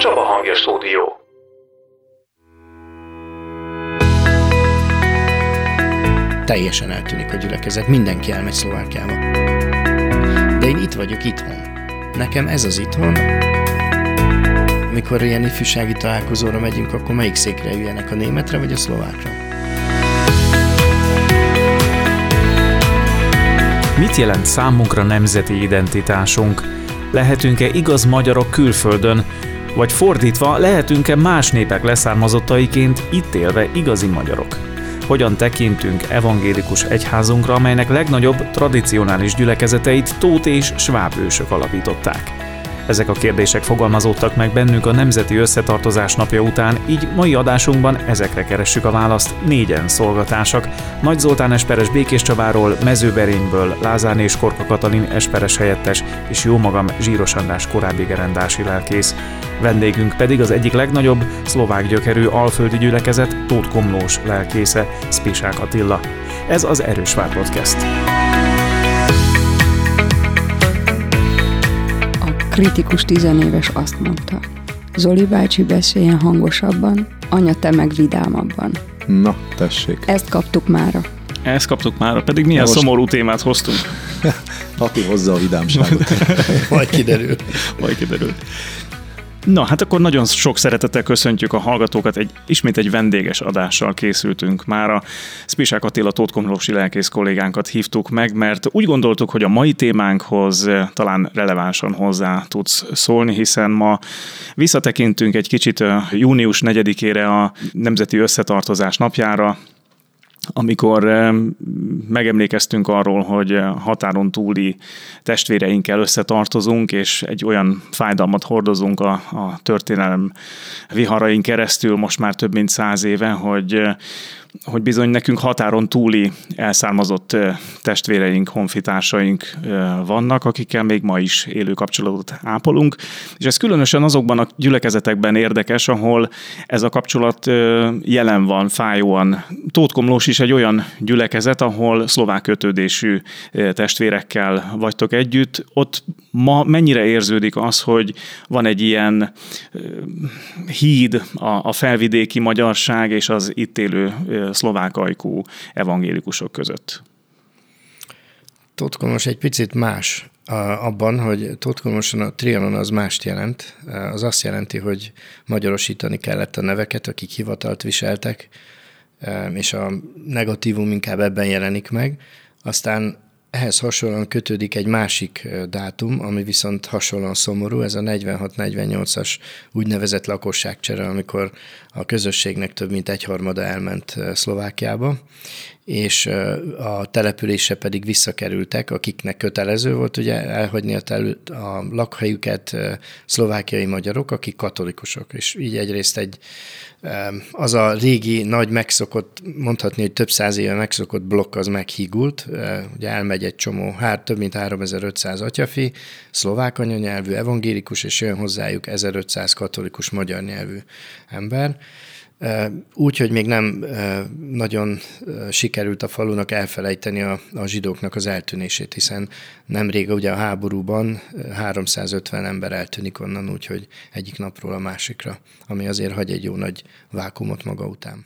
Csaba Hangja Stúdió. Teljesen eltűnik a gyülekezet, mindenki elmegy Szlovákiába. De én itt vagyok itthon. Nekem ez az itthon. Amikor ilyen ifjúsági találkozóra megyünk, akkor melyik székre üljenek, a németre vagy a szlovákra? Mit jelent számunkra nemzeti identitásunk? Lehetünk-e igaz magyarok külföldön? Vagy fordítva, lehetünk-e más népek leszármazottaiként itt élve igazi magyarok? Hogyan tekintünk evangélikus egyházunkra, amelynek legnagyobb tradicionális gyülekezeteit tót és sváb ősök alapították? Ezek a kérdések fogalmazódtak meg bennünk a Nemzeti Összetartozás napja után, így mai adásunkban ezekre keressük a választ négyen szolgatársak. Nagy Zoltán esperes Békéscsabáról, Mezőberényből, Lázárné és Korka Katalin esperes helyettes, és jómagam Zsíros András korábbi gerendási lelkész. Vendégünk pedig az egyik legnagyobb szlovák gyökerű alföldi gyülekezet Tóth Komlós lelkésze, Spišák Attila. Ez az Erős Vár Podcast. Kritikus 10 éves azt mondta: Zoli bácsi, beszéljen hangosabban, anya, te meg vidámabban. Na, tessék. Ezt kaptuk mára. Pedig milyen szomorú témát hoztunk. Aki hozza a vidámságot. Majd kiderül. Na, hát akkor nagyon sok szeretettel köszöntjük a hallgatókat. Ismét egy vendéges adással készültünk mára. Spišák Attila Tóth Komlósi lelkész kollégánkat hívtuk meg, mert úgy gondoltuk, hogy a mai témánkhoz talán relevánsan hozzá tudsz szólni, hiszen ma visszatekintünk egy kicsit június 4-ére a Nemzeti Összetartozás napjára, amikor megemlékeztünk arról, hogy határon túli testvéreinkkel összetartozunk, és egy olyan fájdalmat hordozunk a történelem viharain keresztül most már több mint 100 éve, hogy bizony nekünk határon túli elszármazott testvéreink, honfitársaink vannak, akikkel még ma is élő kapcsolatot ápolunk. És ez különösen azokban a gyülekezetekben érdekes, ahol ez a kapcsolat jelen van, fájóan. Tóth Komlós is egy olyan gyülekezet, ahol szlovák kötődésű testvérekkel vagytok együtt. Ott ma mennyire érződik az, hogy van egy ilyen híd a felvidéki magyarság és az itt élő szlovák ajkú evangélikusok között? Tóth Komlós egy picit más abban, hogy Tóth Komlóson a Trianon az mást jelent. Az azt jelenti, hogy magyarosítani kellett a neveket, akik hivatalt viseltek, és a negatívum inkább ebben jelenik meg. Aztán ehhez hasonlóan kötődik egy másik dátum, ami viszont hasonlóan szomorú, ez a 46-48-as úgynevezett lakosságcsere, amikor a közösségnek több mint 1/3 elment Szlovákiába, és a településre pedig visszakerültek, akiknek kötelező volt ugye elhagyni a lakhelyüket szlovákiai magyarok, akik katolikusok, és így egyrészt az a régi, nagy megszokott, mondhatni, hogy több 100 éve megszokott blokk az meghígult, ugye elmegy egy csomó, több mint 3500 atyafi, szlovák anyanyelvű, evangélikus, és jön hozzájuk 1500 katolikus magyar nyelvű ember. Úgy, hogy még nem nagyon sikerült a falunak elfelejteni a zsidóknak az eltűnését, hiszen nemrég ugye a háborúban 350 ember eltűnik onnan, úgyhogy egyik napról a másikra, ami azért hagy egy jó nagy vákuumot maga után.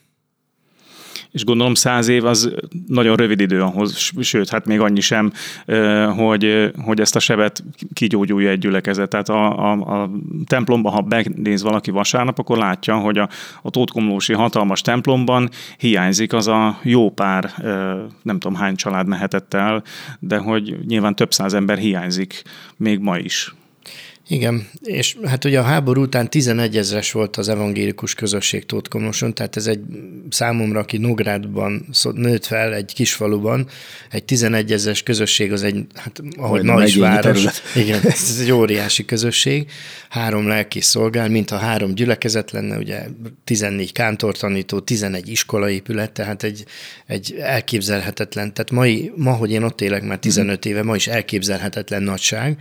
És gondolom 100 év az nagyon rövid idő ahhoz, sőt, hát még annyi sem, hogy ezt a sebet kigyógyulja egy gyülekezet. Tehát a templomba, ha benéz valaki vasárnap, akkor látja, hogy a Tóth Komlósi hatalmas templomban hiányzik az a jó pár, nem tudom hány család mehetett el, de hogy nyilván több 100 ember hiányzik még ma is. Igen, és hát ugye a háború után 11 000-es volt az evangélikus közösség Tóth Komlóson, tehát ez egy számomra, aki Nógrádban nőtt fel, egy kisfaluban, egy 11 000-es közösség az egy, hát ahogy ma is város. Igen, ez egy óriási közösség. 3 lelkész szolgál, mintha 3 gyülekezet lenne, ugye 14 kántortanító, 11 iskolaépület, tehát egy elképzelhetetlen, tehát ma, hogy én ott élek már 15 éve, ma is elképzelhetetlen nagyság.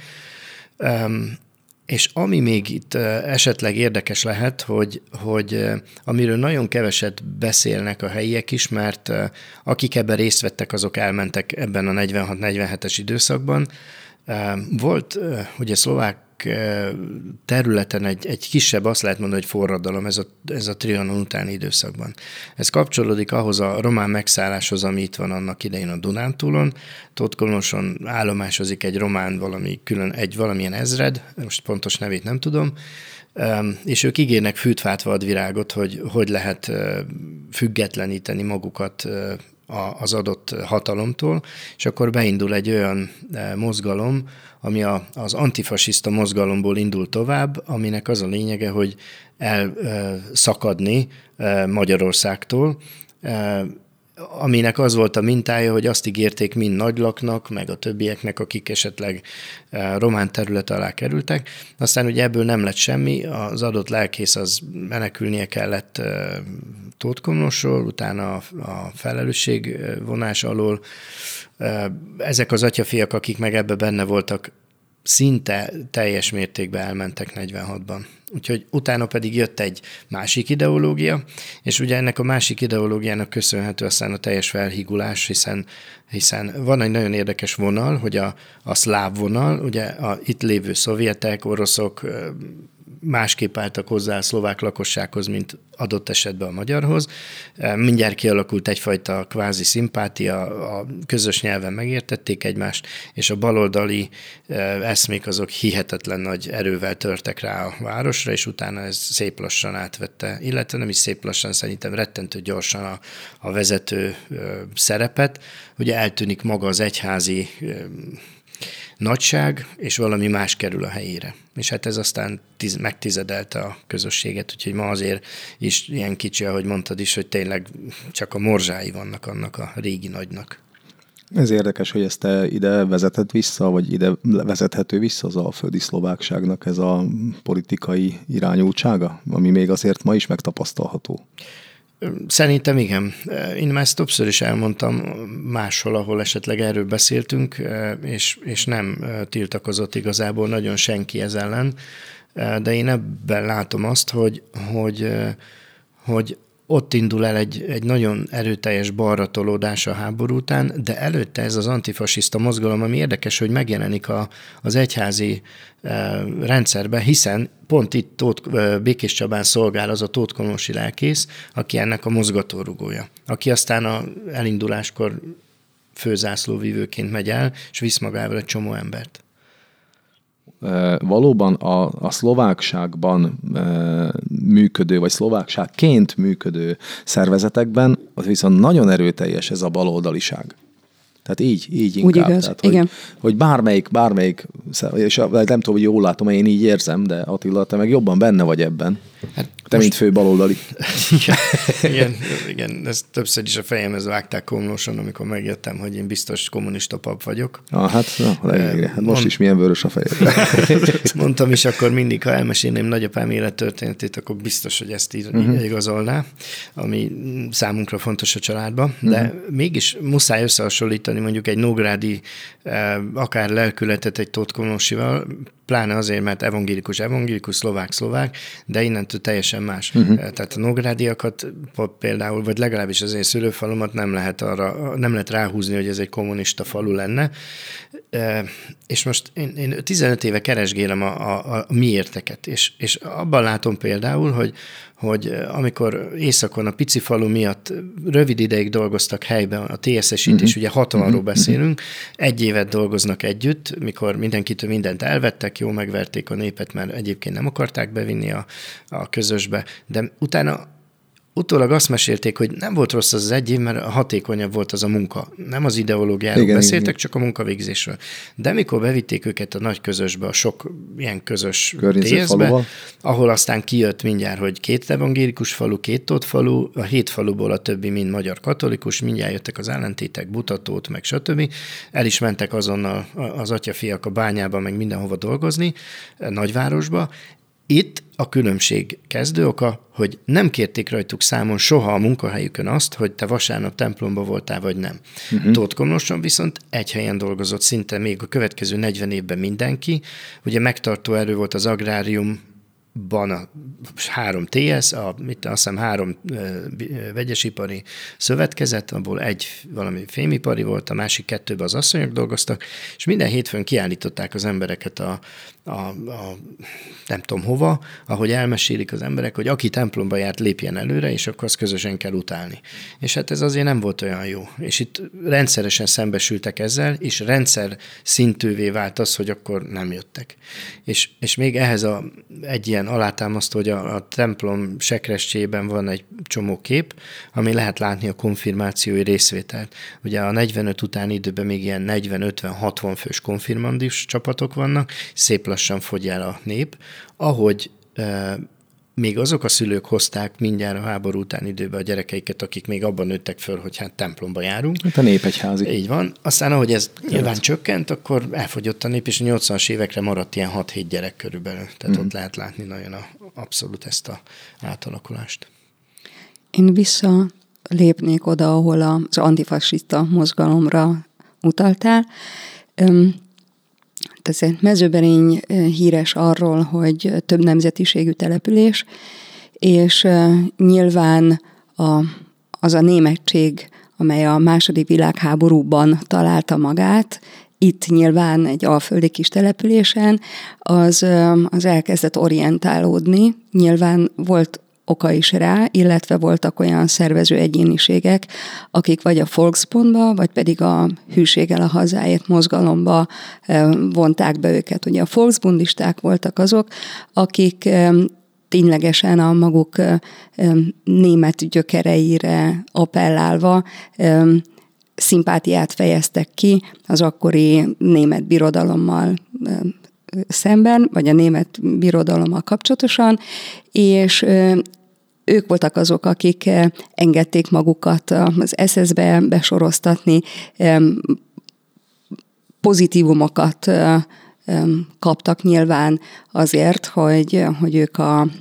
És ami még itt esetleg érdekes lehet, hogy amiről nagyon keveset beszélnek a helyiek is, mert akik ebben részt vettek, azok elmentek ebben a 46-47-es időszakban. Volt ugye szlovák területen egy kisebb, azt lehet mondani, hogy forradalom ez a Trianon utáni időszakban. Ez kapcsolódik ahhoz a román megszálláshoz, ami itt van annak idején a Dunántúlon. Tótkolmoson állomásozik egy román valamilyen ezred, most pontos nevét nem tudom, és ők ígérnek fűtfát vadvirágot, hogy lehet függetleníteni magukat az adott hatalomtól, és akkor beindul egy olyan mozgalom, ami az antifasiszta mozgalomból indul tovább, aminek az a lényege, hogy elszakadni Magyarországtól, aminek az volt a mintája, hogy azt ígérték mind Nagylaknak, meg a többieknek, akik esetleg román terület alá kerültek. Aztán ugye ebből nem lett semmi, az adott lelkész az menekülnie kellett Tótkomlósról, utána a felelősségvonás alól. Ezek az atyafiak, akik meg ebbe benne voltak, szinte teljes mértékben elmentek 46-ban. Úgyhogy utána pedig jött egy másik ideológia, és ugye ennek a másik ideológiának köszönhető aztán a teljes felhigulás, hiszen van egy nagyon érdekes vonal, hogy a szláv vonal, ugye a itt lévő szovjetek, oroszok másképp álltak hozzá a szlovák lakossághoz, mint adott esetben a magyarhoz. Mindjárt kialakult egyfajta kvázi szimpátia, a közös nyelven megértették egymást, és a baloldali eszmék azok hihetetlen nagy erővel törtek rá a városra, és utána ez szép lassan átvette, illetve nem is szép lassan, szerintem rettentő gyorsan a vezető szerepet. Ugye eltűnik maga az egyházi nagyság, és valami más kerül a helyére. És hát ez aztán megtizedelte a közösséget, úgyhogy ma azért is ilyen kicsi, ahogy mondtad is, hogy tényleg csak a morzsái vannak annak a régi nagynak. Ez érdekes, hogy ezt te ide vezetett vissza, vagy ide vezethető vissza az alföldi szlovákságnak ez a politikai irányultsága, ami még azért ma is megtapasztalható. Szerintem igen. Én már ezt többször is elmondtam máshol, ahol esetleg erről beszéltünk, és nem tiltakozott igazából nagyon senki ez ellen, de én ebben látom azt, hogy ott indul el egy nagyon erőteljes balratolódás a háború után, de előtte ez az antifasiszta mozgalom, ami érdekes, hogy megjelenik az egyházi rendszerben, hiszen pont itt Békés Csabán szolgál az a tótkomlósi lelkész, aki ennek a mozgatórugója, aki aztán a elinduláskor főzászlóvivőként megy el, és visz magával egy csomó embert. Valóban a szlovákságban működő, vagy szlovákságként működő szervezetekben az viszont nagyon erőteljes ez a baloldaliság. Tehát így inkább. Úgy igaz, tehát, igen. Hogy bármelyik, és nem tudom, hogy jól látom, én így érzem, de Attila, te meg jobban benne vagy ebben. Hát te, mint fő baloldali. Igen, ezt többször is a fejemhez vágták Komlóson, amikor megjöttem, hogy én biztos kommunista pap vagyok. Hát most is milyen vörös a fejed. Mondtam is akkor mindig, ha elmesélném nagyapám élettörténetét, akkor biztos, hogy ezt igazolná, ami számunkra fontos a családban. De mégis muszáj összehasonlítani mondjuk egy nógrádi akár lelkületet egy tótkomlósival, pláne azért, mert evangélikus, szlovák, de innentől teljesen más. Tehát a nógrádiakat például, vagy legalábbis az én szülőfalomat nem lehet ráhúzni, hogy ez egy kommunista falu lenne. És most én 15 éve keresgélem a miérteket, és abban látom például, hogy amikor északon a pici falu miatt rövid ideig dolgoztak helyben, a TSZ-esítés, ugye 60-ról beszélünk, egy évet dolgoznak együtt, mikor mindenkitől mindent elvettek, jó megverték a népet, mert egyébként nem akarták bevinni a közösbe, de utólag azt mesélték, hogy nem volt rossz az egy év, mert hatékonyabb volt az a munka. Nem az ideológiáról beszéltek, csak a munkavégzésről. De mikor bevitték őket a nagy közösbe, a sok ilyen közös TSZ-be, ahol aztán kijött mindjárt, hogy 2 evangélikus falu, 2 tót falu, a 7 faluból a többi mind magyar katolikus, mindjárt jöttek az ellentétek, Butatót, meg stb. El is mentek azonnal az atyafiak a bányába, meg mindenhova dolgozni, nagyvárosba. Itt a különbség kezdő oka, hogy nem kérték rajtuk számon soha a munkahelyükön azt, hogy te vasárnap templomba voltál, vagy nem. Tótkomlóson viszont egy helyen dolgozott szinte még a következő 40 évben mindenki. Ugye megtartó erő volt az agrárium, van 3 TS, azt hiszem 3 vegyesipari szövetkezet, abból egy valami fémipari volt, a másik 2-ben az asszonyok dolgoztak, és minden hétfőn kiállították az embereket a nem tudom hova, ahogy elmesélik az emberek, hogy aki templomba járt, lépjen előre, és akkor azt közösen kell utálni. És hát ez azért nem volt olyan jó. És itt rendszeresen szembesültek ezzel, és rendszer szintűvé vált az, hogy akkor nem jöttek. És még ehhez egy ilyen alátámasztó, hogy a templom sekrestjében van egy csomó kép, ami lehet látni a konfirmációi részvételt. Ugye a 45 utáni időben még ilyen 40-50-60 fős konfirmandis csapatok vannak, szép lassan fogy el a nép, ahogy még azok a szülők hozták mindjárt a háború utáni időben a gyerekeiket, akik még abban nőttek föl, hogy hát templomba járunk. Hát a népegyházi. Így van. Aztán ahogy ez nyilván csökkent, akkor elfogyott a nép, és a 80-as évekre maradt ilyen 6-7 gyerek körülbelül. Tehát ott lehet látni nagyon abszolút ezt az átalakulást. Én visszalépnék oda, ahol az antifasiszta mozgalomra utaltál. Tehát Mezőberény híres arról, hogy több nemzetiségű település, és nyilván az a németség, amely a II. Világháborúban találta magát, itt nyilván egy alföldi kis településen, az elkezdett orientálódni. Nyilván volt oka is rá, illetve voltak olyan szervező egyéniségek, akik vagy a Volksbundba, vagy pedig a Hűséggel a hazáért mozgalomba vonták be őket. Ugye a volksbundisták voltak azok, akik ténylegesen a maguk német gyökereire appellálva szimpátiát fejeztek ki az akkori német birodalommal szemben, vagy a német birodalommal kapcsolatosan, és ők voltak azok, akik engedték magukat az SS-be besoroztatni, pozitívumokat kaptak nyilván azért, hogy ők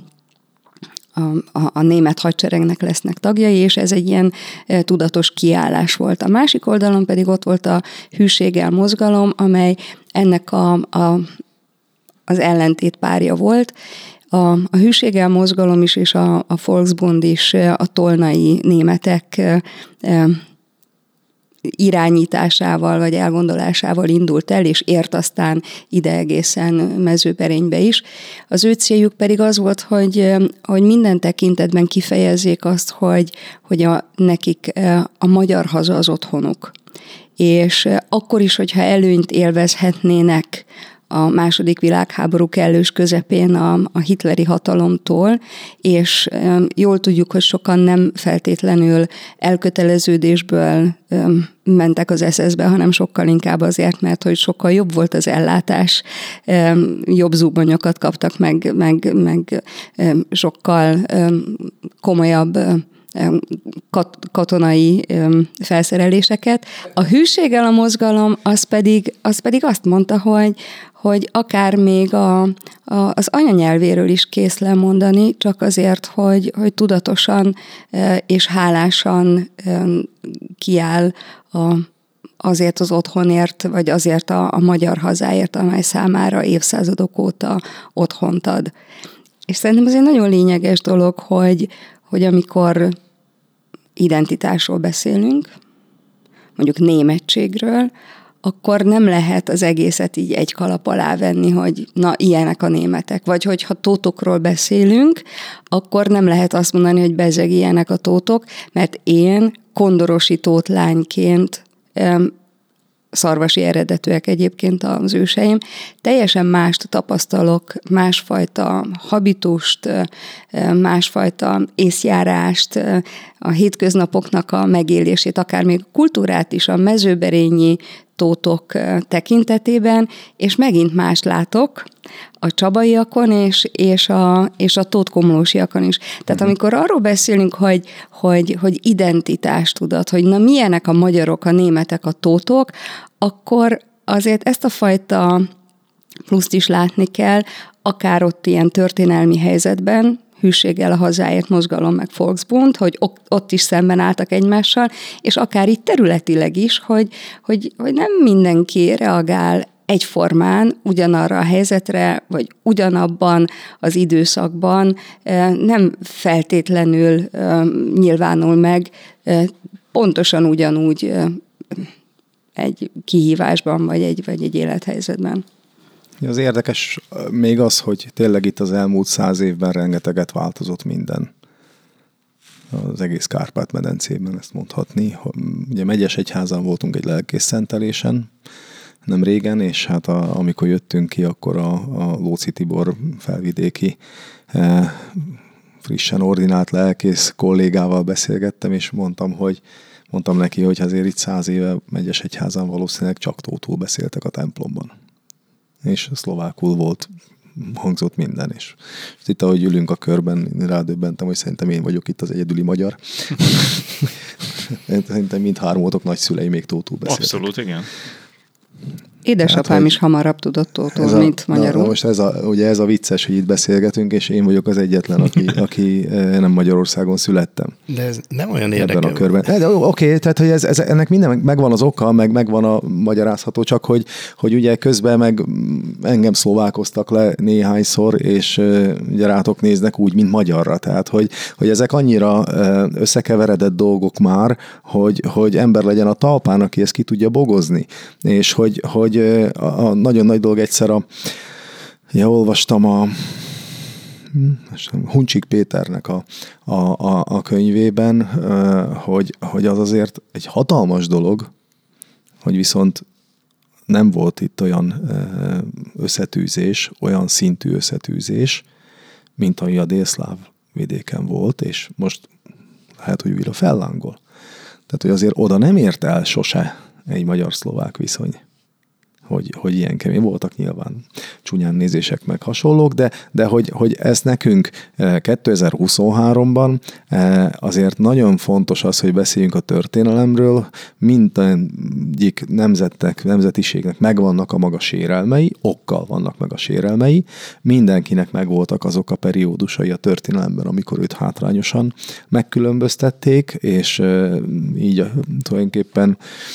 a német hadseregnek lesznek tagjai, és ez egy ilyen tudatos kiállás volt. A másik oldalon pedig ott volt a Hűséggel mozgalom, amely ennek az ellentét párja volt. A Hűséggel mozgalom is, és a Volksbund is a tolnai németek irányításával, vagy elgondolásával indult el, és ért aztán ide egészen Mezőberénybe is. Az ő céljuk pedig az volt, hogy minden tekintetben kifejezzék azt, hogy nekik a magyar haza az otthonuk. És akkor is, hogyha előnyt élvezhetnének a II. Világháború kellős közepén a hitleri hatalomtól, és jól tudjuk, hogy sokan nem feltétlenül elköteleződésből mentek az SS-be, hanem sokkal inkább azért, mert hogy sokkal jobb volt az ellátás, jobb zubbonyokat kaptak, meg sokkal komolyabb katonai felszereléseket. A Hűséggel a mozgalom az pedig azt mondta, hogy akár még az anyanyelvéről is kész lemondani, csak azért, hogy tudatosan és hálásan kiáll azért az otthonért, vagy azért a magyar hazáért, amely számára évszázadok óta otthont ad. És szerintem ez egy nagyon lényeges dolog, hogy amikor identitásról beszélünk, mondjuk németségről, akkor nem lehet az egészet így egy kalap alá venni, hogy na, ilyenek a németek. Vagy hogyha tótokról beszélünk, akkor nem lehet azt mondani, hogy bezeg ilyenek a tótok, mert én kondorosi tót lányként, szarvasi eredetűek egyébként az őseim, teljesen mást tapasztalok, másfajta habitust, másfajta észjárást, a hétköznapoknak a megélését, akár még kultúrát is a mezőberényi tótok tekintetében, és megint más látok a csabaiakon és a tótkomlósiakon is. Tehát amikor arról beszélünk, hogy identitástudat, hogy na milyenek a magyarok, a németek, a tótok, akkor azért ezt a fajta pluszt is látni kell, akár ott ilyen történelmi helyzetben, Hűséggel a hazáért mozgalom meg Volksbund, hogy ott is szemben álltak egymással, és akár itt területileg is, hogy nem mindenki reagál egyformán ugyanarra a helyzetre, vagy ugyanabban az időszakban nem feltétlenül nyilvánul meg pontosan ugyanúgy egy kihívásban, vagy egy élethelyzetben. Az érdekes még az, hogy tényleg itt az elmúlt 100 évben rengeteget változott minden. Az egész Kárpát-medencében ezt mondhatni. Ugye Megyesegyházán voltunk egy lelkészszentelésen nem régen, és hát amikor jöttünk ki, akkor a Lóczy Tibor felvidéki frissen ordinált lelkész kollégával beszélgettem, és mondtam neki, hogy azért itt 100 éve Megyesegyházán valószínűleg csak tótul beszéltek a templomban. És szlovákul hangzott minden, és itt ahogy ülünk a körben, rádöbbentem, hogy szerintem én vagyok itt az egyedüli magyar. Szerintem mindhármótok nagyszülei még tótul beszéltek. Abszolút, igen. Édesapám is hamarabb tudott tótul, mint magyarul. Most ugye ez a vicces, hogy itt beszélgetünk, és én vagyok az egyetlen, aki nem Magyarországon születtem. De ez nem olyan érdekes. Oké, tehát hogy ennek minden megvan az oka, megvan a magyarázható, csak hogy ugye közben meg engem szlovákoztak le néhányszor, és ugye rátok néznek úgy, mint magyarra. Tehát, hogy ezek annyira összekeveredett dolgok már, hogy ember legyen a talpán, aki ezt ki tudja bogozni. És hogy a nagyon nagy dolog egyszer olvastam a Huncsik Péternek a könyvében, hogy az azért egy hatalmas dolog, hogy viszont nem volt itt olyan összetűzés, olyan szintű összetűzés, mint ami a délszláv vidéken volt, és most lehet, hogy újra fellángol. Tehát, hogy azért oda nem ért el sose egy magyar-szlovák viszony. Hogy ilyen kemény voltak, nyilván csúnyán nézések meg hasonlók, de hogy ez nekünk 2023-ban azért nagyon fontos az, hogy beszéljünk a történelemről, mindegyik nemzetiségnek megvannak a maga sérelmei, okkal vannak meg a sérelmei, mindenkinek megvoltak azok a periódusai a történelemben, amikor őt hátrányosan megkülönböztették, és így tulajdonképpen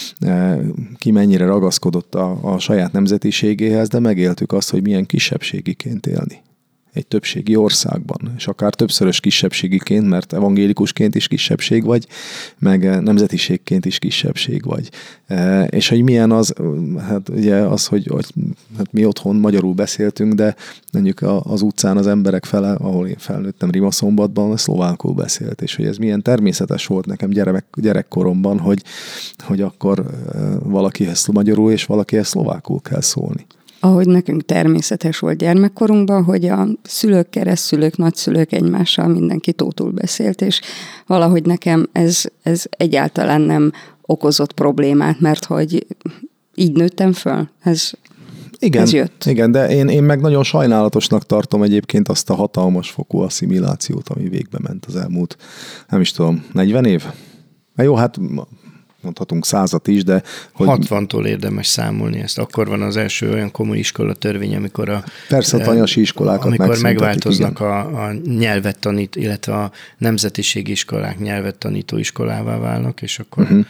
ki mennyire ragaszkodott a saját nemzetiségéhez, de megéltük azt, hogy milyen kisebbségiként élni egy többségi országban, és akár többszörös kisebbségiként, mert evangélikusként is kisebbség vagy, meg nemzetiségként is kisebbség vagy. És hogy milyen az, hát ugye az, hogy hát mi otthon magyarul beszéltünk, de mondjuk az utcán az emberek fele, ahol én felnőttem Rimaszombatban, szlovákul beszélt, és hogy ez milyen természetes volt nekem gyerekkoromban, hogy akkor valakihez magyarul és valakihez szlovákul kell szólni. Ahogy nekünk természetes volt gyermekkorunkban, hogy a szülők, keresztszülők, nagyszülők egymással mindenki tótul beszélt, és valahogy nekem ez egyáltalán nem okozott problémát, mert hogy így nőttem föl. Ez jött. Igen, de én meg nagyon sajnálatosnak tartom egyébként azt a hatalmas fokú asszimilációt, ami végbe ment az elmúlt, nem is tudom, 40 év? Jó, hát mondhatunk 100-at is, de... 60-tól érdemes számolni ezt. Akkor van az első olyan komoly iskolatörvény, amikor persze a tanyasi iskolákat amikor megváltoznak a nyelvet tanít, illetve a nemzetiségi iskolák nyelvet tanító iskolává válnak, és akkor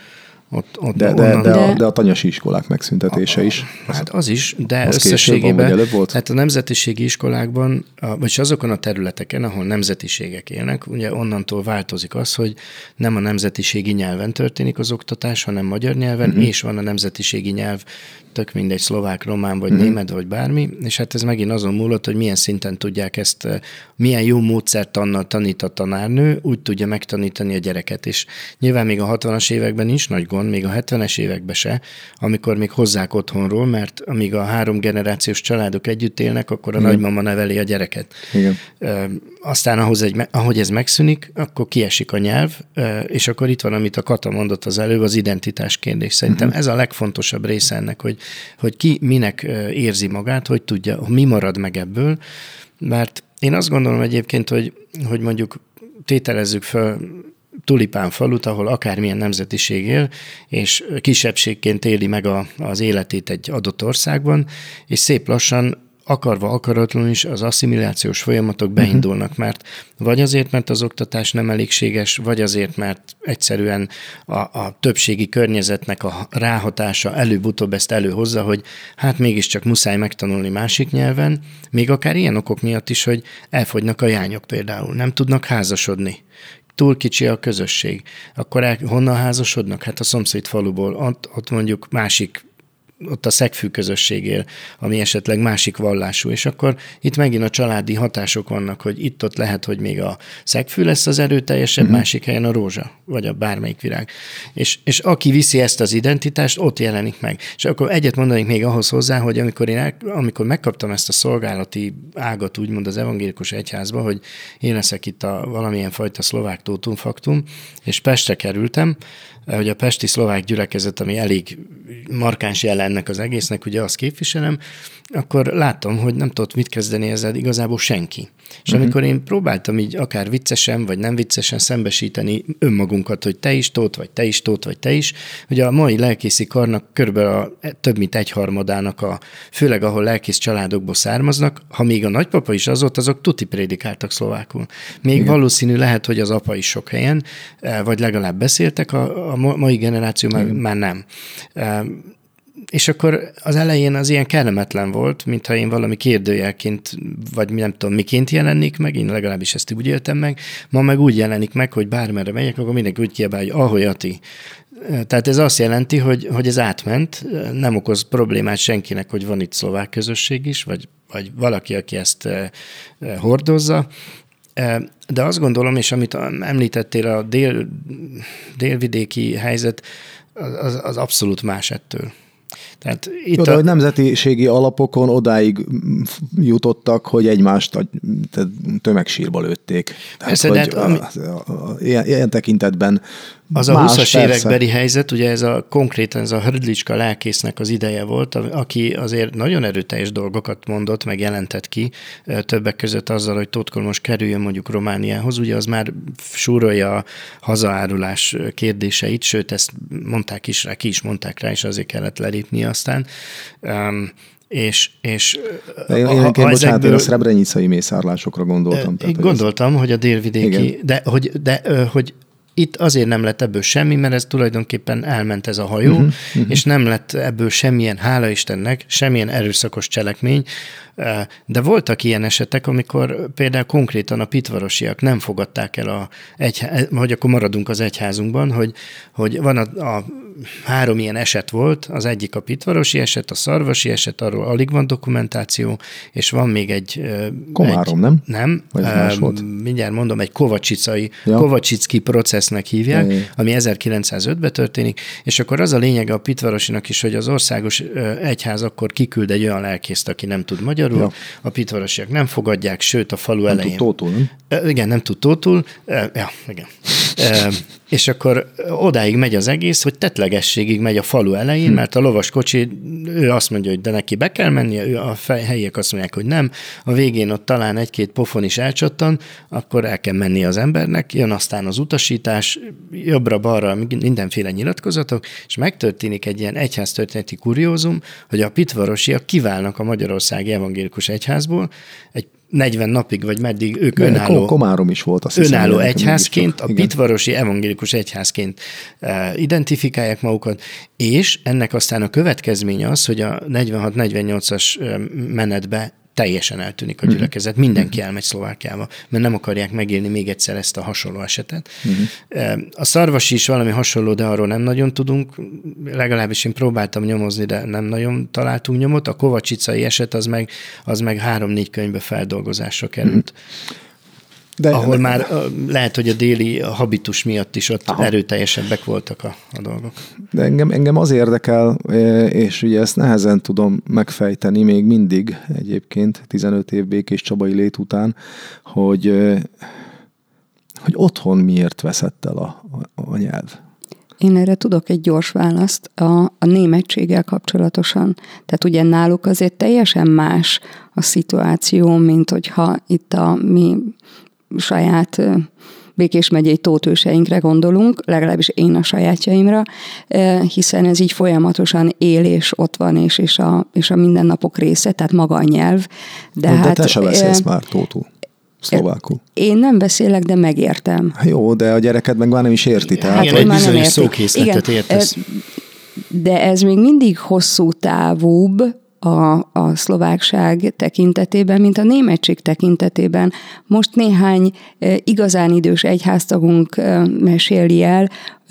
de a tanyasi iskolák megszüntetése is. Hát az is, de összességében hát a nemzetiségi iskolákban, vagy azokon a területeken, ahol nemzetiségek élnek, ugye onnantól változik az, hogy nem a nemzetiségi nyelven történik az oktatás, hanem magyar nyelven, és van a nemzetiségi nyelv, tök mindegy, szlovák, román, vagy német, vagy bármi, és hát ez megint azon múlott, hogy milyen szinten tudják ezt, milyen jó módszertannal tanít a tanárnő, úgy tudja megtanítani a gyereket, és nyilván még a 60-as években nincs nagy gond, még a 70-es években se, amikor még hozzák otthonról, mert amíg a 3 generációs családok együtt élnek, akkor a nagymama neveli a gyereket. Igen. Aztán ahogy ez megszűnik, akkor kiesik a nyelv, és akkor itt van, amit a Kata mondott az előbb, az identitás kérdés. Szerintem ez a legfontosabb része ennek, hogy ki minek érzi magát, hogy tudja, mi marad meg ebből, mert én azt gondolom egyébként, hogy mondjuk tételezzük fel Tulipán falut, ahol akármilyen nemzetiség él, és kisebbségként éli meg az életét egy adott országban, és szép lassan akarva akaratlanul is az asszimilációs folyamatok beindulnak, mert vagy azért, mert az oktatás nem elégséges, vagy azért, mert egyszerűen a többségi környezetnek a ráhatása előbb-utóbb ezt előhozza, hogy hát mégiscsak muszáj megtanulni másik nyelven, még akár ilyen okok miatt is, hogy elfogynak a jányok például, nem tudnak házasodni. Túl kicsi a közösség. Akkor honnan házasodnak? Hát a szomszéd faluból, ott mondjuk ott a szegfű közösség él, ami esetleg másik vallású, és akkor itt megint a családi hatások vannak, hogy itt-ott lehet, hogy még a szegfű lesz az erőteljesebb, másik helyen a rózsa, vagy a bármelyik virág. És aki viszi ezt az identitást, ott jelenik meg. És akkor egyet mondanék még ahhoz hozzá, hogy amikor megkaptam ezt a szolgálati ágat, úgymond az evangélikus egyházba, hogy én leszek itt a valamilyen fajta szlovák tótum faktum, és Pestre kerültem, hogy a pesti szlovák gyülekezet, ami elég markáns jele ennek az egésznek, ugye azt képviselem, akkor láttam, hogy nem tudott mit kezdeni ezzel igazából senki. És amikor én próbáltam így akár viccesen, vagy nem viccesen szembesíteni önmagunkat, hogy te is Tóth, vagy te is Tóth, vagy te is, hogy a mai lelkészi karnak körülbelül több mint 1/3 főleg ahol lelkész családokból származnak, ha még a nagypapa is az volt, azok tuti prédikáltak szlovákul. Még igen. Valószínű lehet, hogy az apa is sok helyen, vagy legalább beszéltek, a mai generáció már nem. És akkor az elején az ilyen kellemetlen volt, mintha én valami kérdőjelként, vagy nem tudom miként jelennék meg, én legalábbis ezt úgy éltem meg, ma meg úgy jelenik meg, hogy bármerre megyek, akkor mindenki úgy kiabál, hogy ahogy Ati. Tehát ez azt jelenti, hogy ez átment, nem okoz problémát senkinek, hogy van itt szlovák közösség is, vagy valaki, aki ezt hordozza. De azt gondolom, és amit említettél, a délvidéki helyzet, az abszolút más ettől. Tehát itt hogy nemzetiségi alapokon odáig jutottak, hogy egymást tömegsírba lőtték. Tehát, ilyen tekintetben az a 20-as évekbeli helyzet, ugye konkrétan ez a Hrdlicska lelkésznek az ideje volt, aki azért nagyon erőteljes dolgokat mondott, meg jelentett ki, többek között azzal, hogy Tóth Kolmos kerüljön mondjuk Romániához, ugye az már súrolja a hazaárulás kérdéseit, sőt ezt mondták is rá, ki is mondták rá, és azért kellett lelépni aztán. Én a szrebrenicai mészárlásokra gondoltam. Gondoltam, hogy a délvidéki, hogy itt azért nem lett ebből semmi, mert ez tulajdonképpen elment ez a hajó, és nem lett ebből semmilyen, hála Istennek, semmilyen erőszakos cselekmény, de voltak ilyen esetek, amikor például konkrétan a pitvarosiak nem fogadták el hogy akkor maradunk az egyházunkban, hogy van a 3 ilyen eset volt, az egyik a pitvarosi eset, a szarvasi eset, arról alig van dokumentáció, és van még egy... Komárom, nem? Nem. Vagy más volt? Mindjárt mondom, egy kovacsicki processznek hívják, ami 1905-ben történik, és akkor az a lényege a pitvarosinak is, hogy az országos egyház akkor kiküld egy olyan lelkészt, aki nem tud magyarul, a pitvarosiak nem fogadják, sőt a falu elején... Nem tud tótul, nem? Igen, nem tud tótul. Igen. És akkor odáig megy az egész, hogy tetlegességig megy a falu elején, mert a lovaskocsi, ő azt mondja, hogy de neki be kell mennie, a helyiek azt mondják, hogy nem. A végén ott talán 1-2 pofon is elcsattan, akkor el kell menni az embernek, jön aztán az utasítás, jobbra-balra mindenféle nyilatkozatok, és megtörténik egy ilyen egyháztörténeti kuriózum, hogy a pitvarosiak kiválnak a Magyarországi Evangélikus Egyházból, egy 40 napig, vagy meddig ők Komárom is volt, azt hiszem, önálló egyházként, a pitvarosi evangélikus egyházként identifikálják magukat, és ennek aztán a következménye az, hogy a 46-48-as menetbe teljesen eltűnik a gyülekezet, mindenki elmegy Szlovákiába, mert nem akarják megélni még egyszer ezt a hasonló esetet. A szarvasi is valami hasonló, de arról nem nagyon tudunk, legalábbis én próbáltam nyomozni, de nem nagyon találtunk nyomot. A kovacsicai eset az meg 3-4 könyvbe feldolgozásra került. Ahol már lehet, hogy a déli habitus miatt is ott erőteljesebbek voltak a dolgok. De engem az érdekel, és ugye ezt nehezen tudom megfejteni még mindig egyébként 15 év békés csabai lét után, hogy otthon miért veszett el a nyelv. Én erre tudok egy gyors választ a németséggel kapcsolatosan. Tehát ugye náluk azért teljesen más a szituáció, mint hogyha itt a mi saját Békés megyei tótőseinkre gondolunk, legalábbis én a sajátjaimra, hiszen ez így folyamatosan él, és ott van, és a mindennapok része, tehát maga a nyelv. De te se beszélsz már tótul. Szlovákul. Én nem beszélek, de megértem. Jó, de a gyereked meg már nem is érti. Tehát, igen, egy bizonyos szókészletet értesz. De ez még mindig hosszú távúbb a szlovákság tekintetében, mint a németség tekintetében. Most néhány igazán idős egyháztagunk meséli el,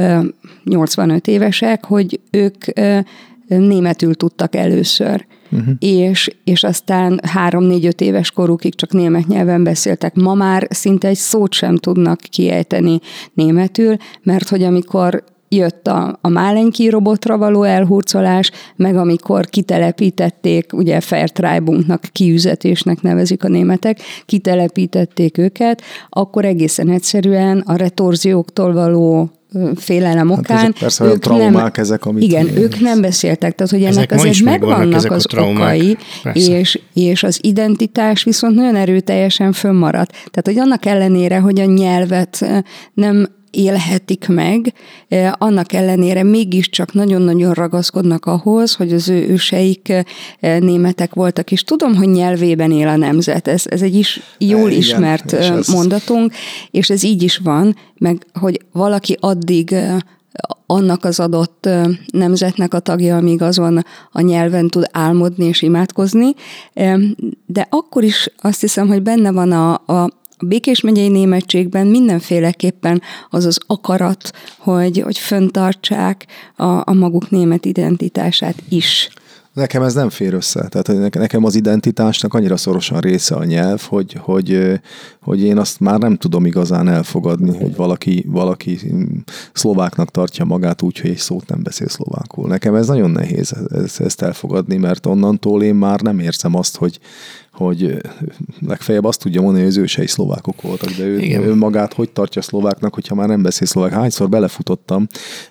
85 évesek, hogy ők németül tudtak először. És aztán 3-4-5 éves korukig csak német nyelven beszéltek. Ma már szinte egy szót sem tudnak kiejteni németül, mert hogy amikor jött a Málenki robotra való elhurcolás, meg amikor kitelepítették, ugye Vertreibungnak, kiüzetésnek nevezik a németek, kitelepítették őket, akkor egészen egyszerűen a retorzióktól való félelem okán. Hát persze olyan traumák ezek, amit... Igen, ők nem beszéltek, tehát hogy ennek azért megvannak az okai, és az identitás viszont nagyon erőteljesen fönnmaradt. Tehát, hogy annak ellenére, hogy a nyelvet nem élhetik meg, annak ellenére mégiscsak nagyon-nagyon ragaszkodnak ahhoz, hogy az ő őseik németek voltak, és tudom, hogy nyelvében él a nemzet. Ez egy is jól ismert mondatunk, és ez így is van, meg hogy valaki addig annak az adott nemzetnek a tagja, amíg azon a nyelven tud álmodni és imádkozni, de akkor is azt hiszem, hogy benne van a Békés megyei németségben mindenféleképpen az az akarat, hogy fenntartsák a maguk német identitását is. Nekem ez nem fér össze. Tehát nekem az identitásnak annyira szorosan része a nyelv, hogy én azt már nem tudom igazán elfogadni, hogy valaki szlováknak tartja magát úgy, hogy egy szót nem beszél szlovákul. Nekem ez nagyon nehéz ezt elfogadni, mert onnantól én már nem érzem azt, hogy legfeljebb azt tudja mondani, hogy az ősei szlovákok voltak, de ő magát hogy tartja szlováknak, hogyha már nem beszél szlovák. Hányszor belefutottam,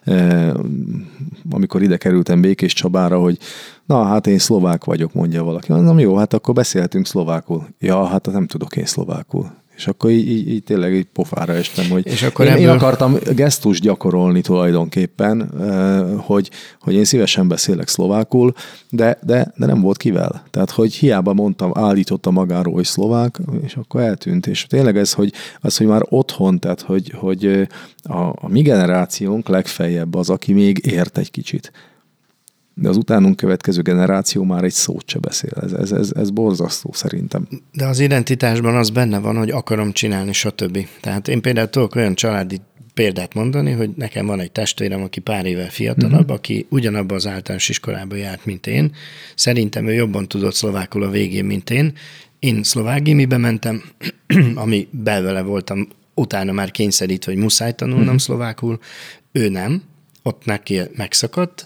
amikor ide kerültem Békés Csabára, hogy na, hát én szlovák vagyok, mondja valaki. Mondom, jó, hát akkor beszélhetünk szlovákul. Ja, hát nem tudok én szlovákul. És akkor így tényleg egy pofára estem, hogy és akkor én akartam gesztus gyakorolni tulajdonképpen, hogy én szívesen beszélek szlovákul, de nem volt kivel. Tehát, hogy hiába állította magáról, hogy szlovák, és akkor eltűnt. És tényleg ez, hogy már otthon, tehát, hogy a mi generációnk legfeljebb az, aki még ért egy kicsit. De az utánunk következő generáció már egy szót se beszél. Ez borzasztó szerintem. De az identitásban az benne van, hogy akarom csinálni, stb. Tehát én például tudok olyan családi példát mondani, hogy nekem van egy testvérem, aki pár évvel fiatalabb, aki ugyanabban az általános iskolába járt, mint én. Szerintem ő jobban tudott szlovákul a végén, mint én. Én szlovák gimibe mentem, ami belvele voltam, utána már kényszerítve, hogy muszáj tanulnom szlovákul. Ő nem, ott neki megszakadt.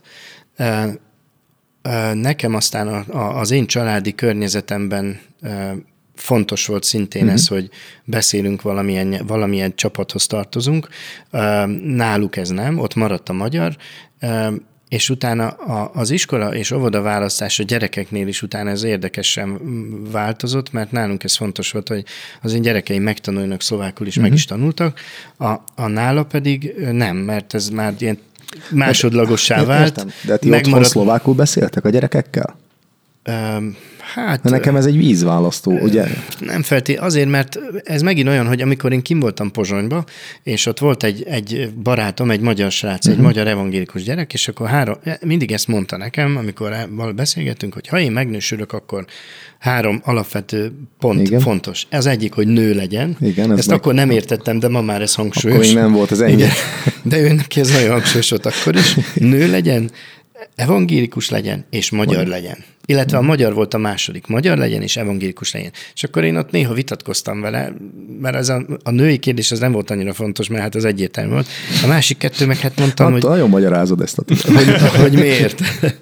Nekem aztán az én családi környezetemben fontos volt szintén ez, hogy beszélünk valamilyen csapathoz tartozunk. Náluk ez nem, ott maradt a magyar, és utána az iskola és óvoda választás a gyerekeknél is utána ez érdekesen változott, mert nálunk ez fontos volt, hogy az én gyerekeim megtanulnak szlovákul is, meg is tanultak, a nála pedig nem, mert ez már ilyen másodlagossá vált. Értem. De ti otthon szlovákul beszéltek a gyerekekkel? Hát... Nekem ez egy vízválasztó, ugye? Nem azért, mert ez megint olyan, hogy amikor én kim voltam Pozsonyba, és ott volt egy barátom, egy magyar srác, egy magyar evangélikus gyerek, és akkor mindig ezt mondta nekem, amikor beszélgettünk, hogy ha én megnősülök, akkor 3 alapvető pont fontos. Ez egyik, hogy nő legyen. Igen, ezt akkor nem értettem, de ma már ez hangsúlyos. Akkor még nem volt az ennyi. De ő neki ez nagyon hangsúlyos volt akkor is. Nő legyen, evangélikus legyen, és magyar legyen. Illetve a magyar volt a második. Magyar legyen, és evangélikus legyen. És akkor én ott néha vitatkoztam vele, mert ez a női kérdés az nem volt annyira fontos, mert hát az egyértelmű volt. A másik 2 meg hát mondtam, hogy... Nagyon magyarázod ezt a hogy miért.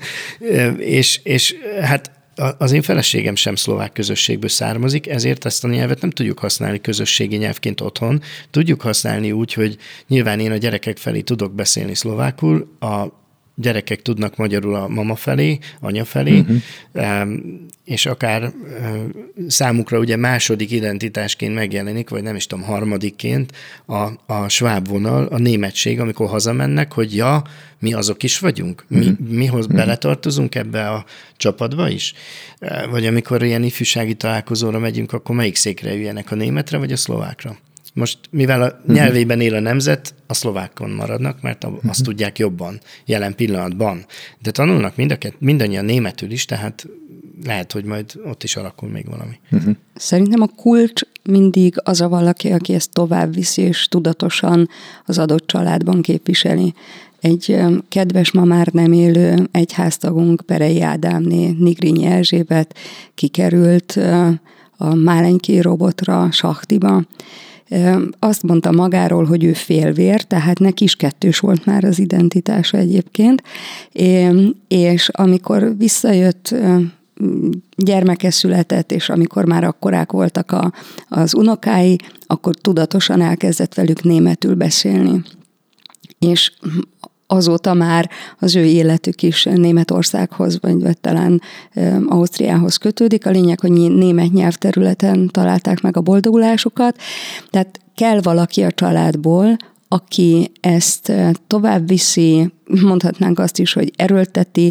és hát az én feleségem sem szlovák közösségből származik, ezért ezt a nyelvet nem tudjuk használni közösségi nyelvként otthon. Tudjuk használni úgy, hogy nyilván én a gyerekek felé tudok beszélni szlovákul, gyerekek tudnak magyarul a mama felé, anya felé, és akár számukra ugye második identitásként megjelenik, vagy nem is tudom, harmadikként a sváb vonal, a németség, amikor hazamennek, hogy mi azok is vagyunk, mi beletartozunk ebbe a csapatba is, vagy amikor ilyen ifjúsági találkozóra megyünk, akkor melyik székre üljenek, a németre vagy a szlovákra? Most, mivel a nyelvében él a nemzet, a szlovákon maradnak, mert azt tudják jobban, jelen pillanatban. De tanulnak mindannyian németül is, tehát lehet, hogy majd ott is alakul még valami. Szerintem a kulcs mindig az a valaki, aki ezt tovább viszi, és tudatosan az adott családban képviseli. Egy kedves, ma már nem élő egyháztagunk, Perei Ádámné, Nigrinyi Erzsébet kikerült a Málenki robotra, Sahtiba. Azt mondta magáról, hogy ő félvér, tehát neki is kettős volt már az identitása egyébként, és amikor visszajött, gyermeke született, és amikor már akkorák voltak az unokái, akkor tudatosan elkezdett velük németül beszélni. És azóta már az ő életük is Németországhoz, vagy talán Ausztriához kötődik. A lényeg, hogy német nyelvterületen találták meg a boldogulásukat. Tehát kell valaki a családból, aki ezt tovább viszi, mondhatnánk azt is, hogy erőlteti,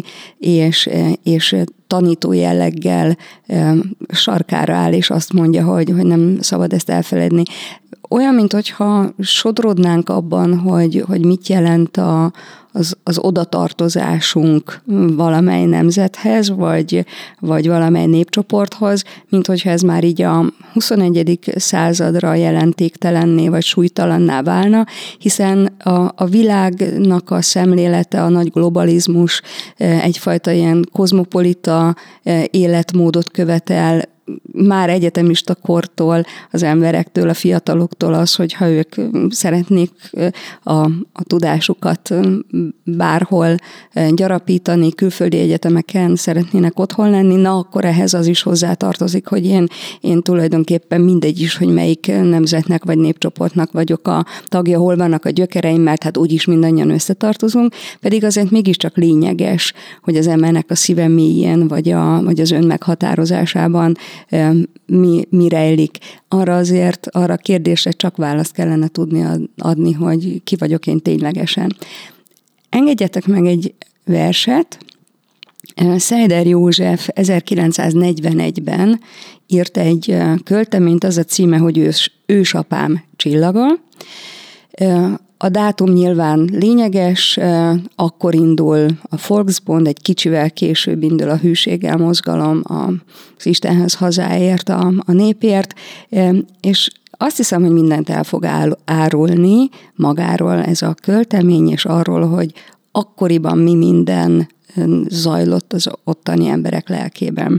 és tanító jelleggel sarkára áll, és azt mondja, hogy nem szabad ezt elfeledni. Olyan, minthogyha sodródnánk abban, hogy mit jelent az odatartozásunk valamely nemzethez, vagy valamely népcsoporthoz, mint hogyha ez már így a 21. századra jelentéktelenné vagy súlytalanná válna, hiszen a világnak a szemlélete, a nagy globalizmus egyfajta ilyen kozmopolita életmódot követel, már egyetemista kortól, az emberektől, a fiataloktól az, hogyha ők szeretnék a tudásukat bárhol gyarapítani, külföldi egyetemeken szeretnének otthon lenni, na akkor ehhez az is hozzátartozik, hogy én tulajdonképpen mindegy is, hogy melyik nemzetnek vagy népcsoportnak vagyok a tagja, hol vannak a gyökereim, mert hát úgyis mindannyian összetartozunk, pedig azért mégiscsak lényeges, hogy az embernek a szíve mélyén, vagy az önmeghatározásában mi rejlik. Arra a kérdésre csak választ kellene tudni adni, hogy ki vagyok én ténylegesen. Engedjetek meg egy verset. Szejder József 1941-ben írt egy költeményt, az a címe, hogy Ősapám csillaga. A dátum nyilván lényeges, akkor indul a Volksbund, egy kicsivel később indul a hűséggel mozgalom az Istenhez hazáért, a népért, és azt hiszem, hogy mindent el fog árulni magáról ez a költemény, és arról, hogy akkoriban mi minden zajlott az ottani emberek lelkében.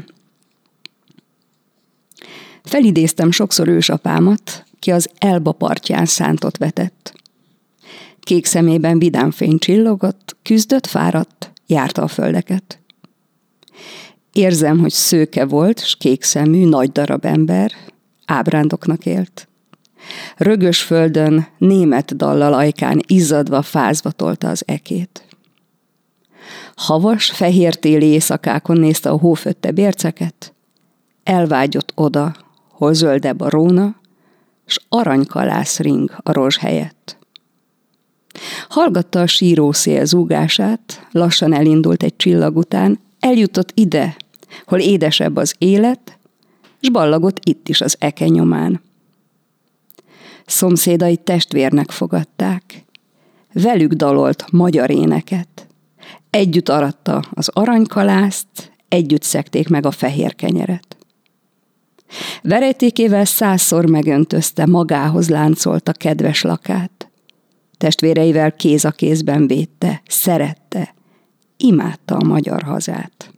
Felidéztem sokszor ősapámat, ki az Elba partján szántot vetett. Kék szemében vidám fény csillogott, küzdött, fáradt, járta a földeket. Érzem, hogy szőke volt, s kék szemű, nagy darab ember, ábrándoknak élt. Rögös földön, német dallal ajkán izzadva, fázva tolta az ekét. Havas, fehér téli éjszakákon nézte a hófötte bérceket, elvágyott oda, hol zöldebb a róna, s aranykalász ring a rozs helyett. Hallgatta a sírószél zúgását, lassan elindult egy csillag után, eljutott ide, hol édesebb az élet, s ballagott itt is az eke nyomán. Szomszédai testvérnek fogadták, velük dalolt magyar éneket, együtt aratta az aranykalászt, együtt szekték meg a fehér kenyeret. Verejtékével 100-szor megöntözte, magához láncolta kedves lakát. Testvéreivel kéz a kézben védte, szerette, imádta a magyar hazát.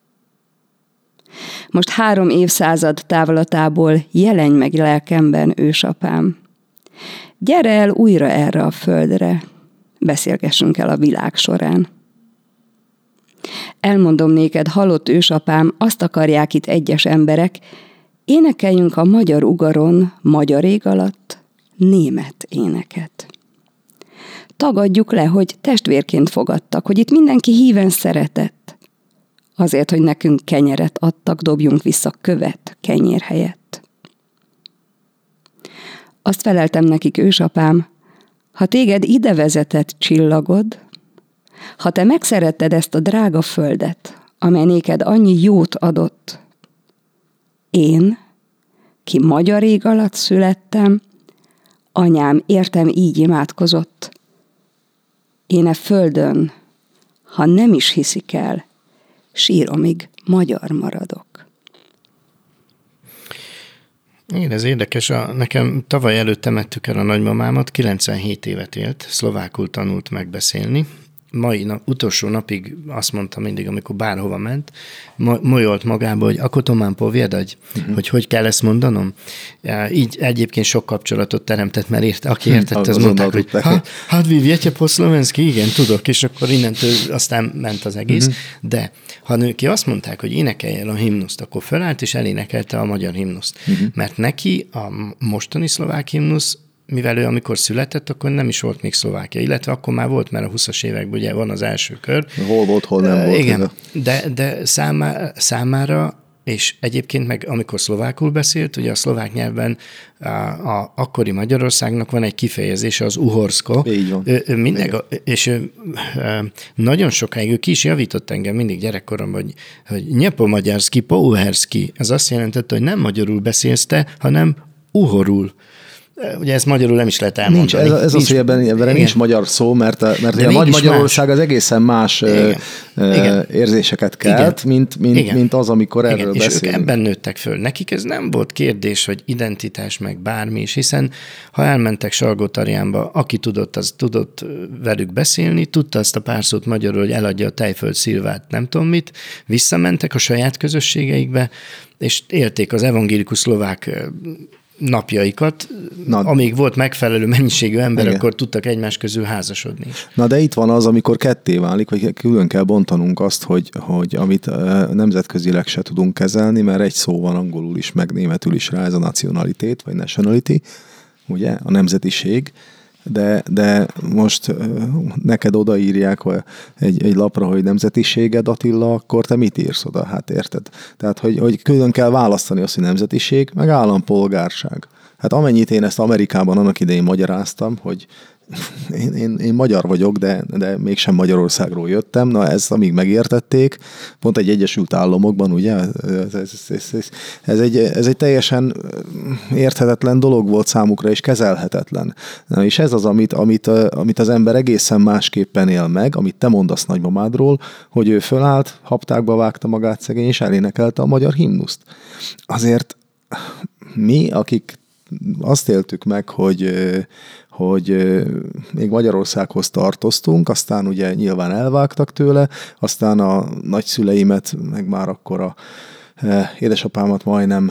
Most 3 évszázad távlatából jelenj meg lelkemben, ősapám. Gyere el újra erre a földre, beszélgessünk el a világ során. Elmondom néked, halott ősapám, azt akarják itt egyes emberek, énekeljünk a magyar ugaron, magyar ég alatt, német éneket. tagadjuk le, hogy testvérként fogadtak, hogy itt mindenki híven szeretett. Azért, hogy nekünk kenyeret adtak, dobjunk vissza követ kenyér helyett. Azt feleltem nekik, ősapám, ha téged ide vezetett csillagod, ha te megszeretted ezt a drága földet, amely néked annyi jót adott, én, ki magyar ég alatt születtem, anyám értem így imádkozott. Én e földön, ha nem is hiszik el, síromig magyar maradok. Igen, ez érdekes. Nekem tavaly előtt temettük el a nagymamámat, 97 évet élt, szlovákul tanult megbeszélni. Utolsó napig azt mondta mindig, amikor bárhova ment, molyolt magába, hogy akkor Tomán povjedaj, hogy kell ezt mondanom. Így egyébként sok kapcsolatot teremtett, mert aki értette, az mondták, hogy hát vi vietje po szlovenszki, igen, tudok, és akkor innentől aztán ment az egész. De ha nőki azt mondták, hogy énekelj el a himnuszt, akkor fölállt és elénekelte a magyar himnuszt. Mert neki a mostani szlovák himnusz, mivel ő amikor született, akkor nem is volt még Szlovákia, illetve akkor már volt, mert a 20-as években ugye van az első kör. Hol volt, hol nem volt. Igen, de számára, és egyébként meg amikor szlovákul beszélt, ugye a szlovák nyelvben a akkori Magyarországnak van egy kifejezése, az uhorszko. Így van. És nagyon sokáig ő ki is javított engem mindig gyerekkoromban, hogy nyepomagyarszki, pouherszki. Ez azt jelentette, hogy nem magyarul beszélsz te, hanem uhorul. Ugye ezt magyarul nem is lehet elmondani. Ez az, hogy ebben nincs magyar szó, mert a Magyarország az egészen más érzéseket kelt, mint az, amikor erről beszélünk. És ők ebben nőttek föl. Nekik ez nem volt kérdés, hogy identitás, meg bármi is, hiszen ha elmentek Salgótarjánba, aki tudott, az tudott velük beszélni, tudta azt a pár szót magyarul, hogy eladja a tejföld szilvát, nem tudom mit, visszamentek a saját közösségeikbe, és élték az evangélikus szlovák napjaikat, amíg volt megfelelő mennyiségű ember, igen, akkor tudtak egymás közül házasodni. Na de itt van az, amikor ketté válik, vagy külön kell bontanunk azt, hogy amit nemzetközileg se tudunk kezelni, mert egy szó van angolul is, meg németül is rá, ez a nationalitét, vagy nationality, ugye, a nemzetiség, de most neked odaírják egy lapra, hogy nemzetiséged, Attila, akkor te mit írsz oda? Hát érted? Tehát, hogy külön kell választani azt, hogy nemzetiség, meg állampolgárság. Hát amennyit én ezt Amerikában annak idején magyaráztam, hogy én magyar vagyok, de mégsem Magyarországról jöttem. Na ezt amíg megértették, pont egy Egyesült Államokban, ugye, ez egy teljesen érthetetlen dolog volt számukra, és kezelhetetlen. Na, és ez az, amit az ember egészen másképpen él meg, amit te mondasz nagymamádról, hogy ő fölállt, haptákba vágta magát szegény, és elénekelte a magyar himnuszt. Azért mi, akik azt éltük meg, hogy még Magyarországhoz tartoztunk, aztán ugye nyilván elvágtak tőle, aztán a nagyszüleimet, meg már akkor a édesapámat majdnem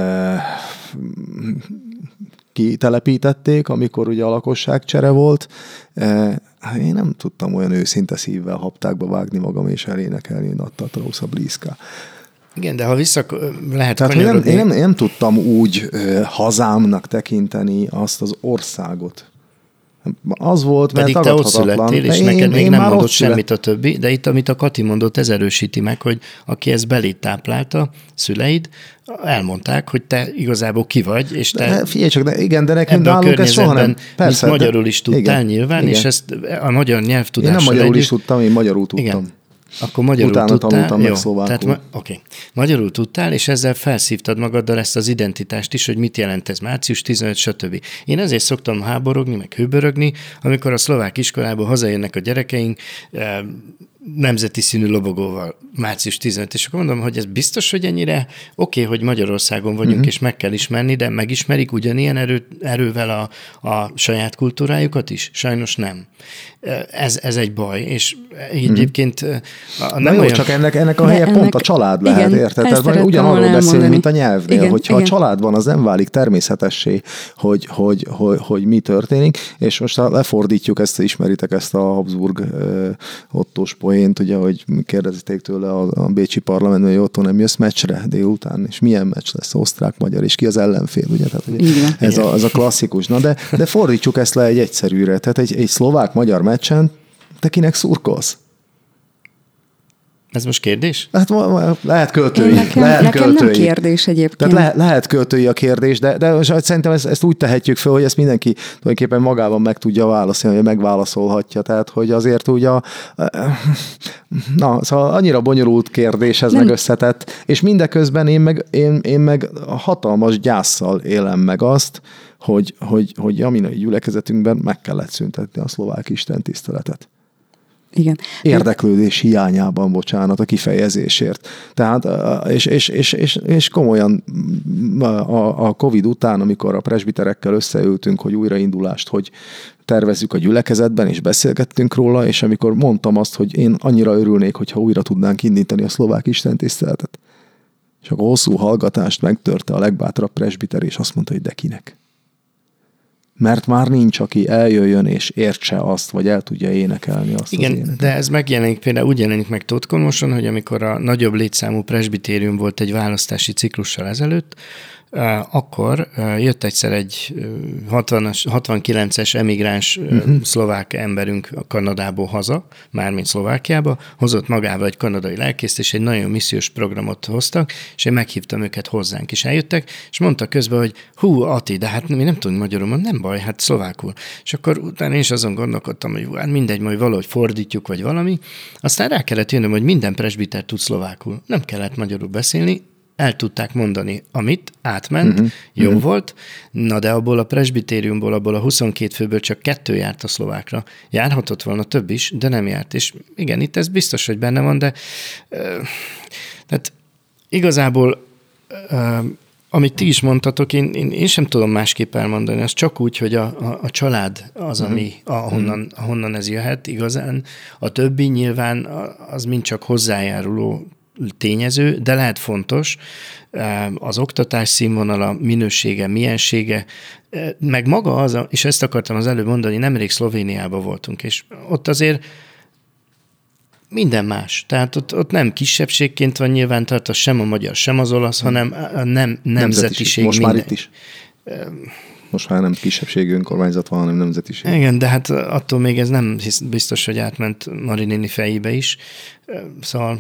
kitelepítették, amikor ugye a lakosságcsere volt. Én nem tudtam olyan őszinte szívvel haptákba vágni magam és elénekelni Natta Trausa Bliska. Igen, de ha lehet tehát, kanyarodni... Én nem tudtam úgy hazámnak tekinteni azt az országot. Az volt, mert pedig te ott születtél, és neked még nem mondott semmit a többi, de itt, amit a Kati mondott, ez erősíti meg, hogy aki ezt belét táplálta, szüleid, elmondták, hogy te igazából ki vagy, és te figyelj csak, de nekünk nálunk ez soha nem... Persze, magyarul is tudtál nyilván, és ezt a magyar nyelvtudással én nem magyarul is tudtam, én magyarul tudtam. Igen. Akkor magyarul utána tudtál, tanultam meg szlovákul. Oké. Magyarul tudtál, és ezzel felszívtad magaddal ezt az identitást is, hogy mit jelent ez március 15, stb. Én ezért szoktam háborogni, meg hőbörögni, amikor a szlovák iskolából hazajönnek a gyerekeink nemzeti színű lobogóval március 15, és akkor mondom, hogy ez biztos, hogy ennyire oké, hogy Magyarországon vagyunk, és meg kell ismerni, de megismerik ugyanilyen erővel a saját kultúrájukat is? Sajnos nem. Ez egy baj, és egyébként nem olyan... csak ennek a helye pont a család lehet, igen, érted? Tehát ugyanarról beszélünk, mint a nyelvnél, igen, hogyha igen. A család van, az nem válik természetessé, hogy mi történik, és most lefordítjuk ezt, ismeritek ezt a Habsburg ottós poént, poént, ugye, hogy kérdezték tőle a bécsi parlamentben, hogy otthon nem jössz meccsre délután, és milyen meccs lesz, osztrák-magyar, és ki az ellenfél, ugye? Tehát, ugye ez a klasszikus. Na, de fordítsuk ezt le egy egyszerűre. Tehát egy szlovák-magyar meccsen te kinek szurkolsz? Ez most kérdés? Hát lehet költői. Nekem nem kérdés egyébként. Tehát lehet költői a kérdés, de szerintem ezt úgy tehetjük fel, hogy ezt mindenki tulajdonképpen magában meg tudja válaszolni, vagy megválaszolhatja. Tehát, hogy azért úgy szóval annyira bonyolult kérdés ez, meg összetett, és mindeközben én meg hatalmas gyásszal élem meg azt, hogy a minai gyülekezetünkben meg kellett szüntetni a szlovák istentiszteletet. Igen. Érdeklődés hiányában, bocsánat, a kifejezésért. Tehát, és komolyan a Covid után, amikor a presbiterekkel összeültünk, hogy újraindulást, hogy tervezzük a gyülekezetben, és beszélgettünk róla, és amikor mondtam azt, hogy én annyira örülnék, hogyha újra tudnánk indítani a szlovák istentiszteletet. És akkor hosszú hallgatást megtörte a legbátrabb presbiter, és azt mondta, hogy de kinek? Mert már nincs, aki eljöjjön és értse azt, vagy el tudja énekelni azt. Igen, az éneket. De ez megjelenik, például úgy jelenik meg Tótkonmoson, hogy amikor a nagyobb létszámú presbitérium volt egy választási ciklussal ezelőtt, akkor jött egyszer egy 69-es emigráns szlovák emberünk a Kanadából haza, mármint Szlovákiába, hozott magával egy kanadai lelkészt, és egy nagyon missziós programot hoztak, és én meghívtam őket hozzánk, és eljöttek, és mondta közben, hogy hú, Ati, de hát mi nem tudunk magyarul, nem baj, hát szlovákul. És akkor utána én is azon gondolkodtam, hogy hát mindegy, majd valahogy fordítjuk, vagy valami. Aztán rá kellett jönnöm, hogy minden presbiter tud szlovákul. Nem kellett magyarul beszélni, el tudták mondani, amit átment, jó volt, na de abból a presbitériumból, abból a 22 főből csak 2 járt a szlovákra. Járhatott volna több is, de nem járt. És igen, itt ez biztos, hogy benne van, de tehát igazából amit ti is mondtatok, én sem tudom másképp elmondani, az csak úgy, hogy a család az, ahonnan ez jöhet igazán. A többi nyilván az mind csak hozzájáruló tényező, de lehet fontos, az oktatás színvonala, minősége, miensége, meg maga az, és ezt akartam az előbb mondani, nemrég Szlovéniában voltunk, és ott azért minden más. Tehát ott nem kisebbségként van nyilvántartva sem a magyar, sem az olasz, hanem a nemzetiség. Most minden. Már itt is. Most már nem kisebbségi önkormányzat van, hanem nemzetiség. Igen, de hát attól még ez nem biztos, hogy átment Mari néni fejébe is. Szóval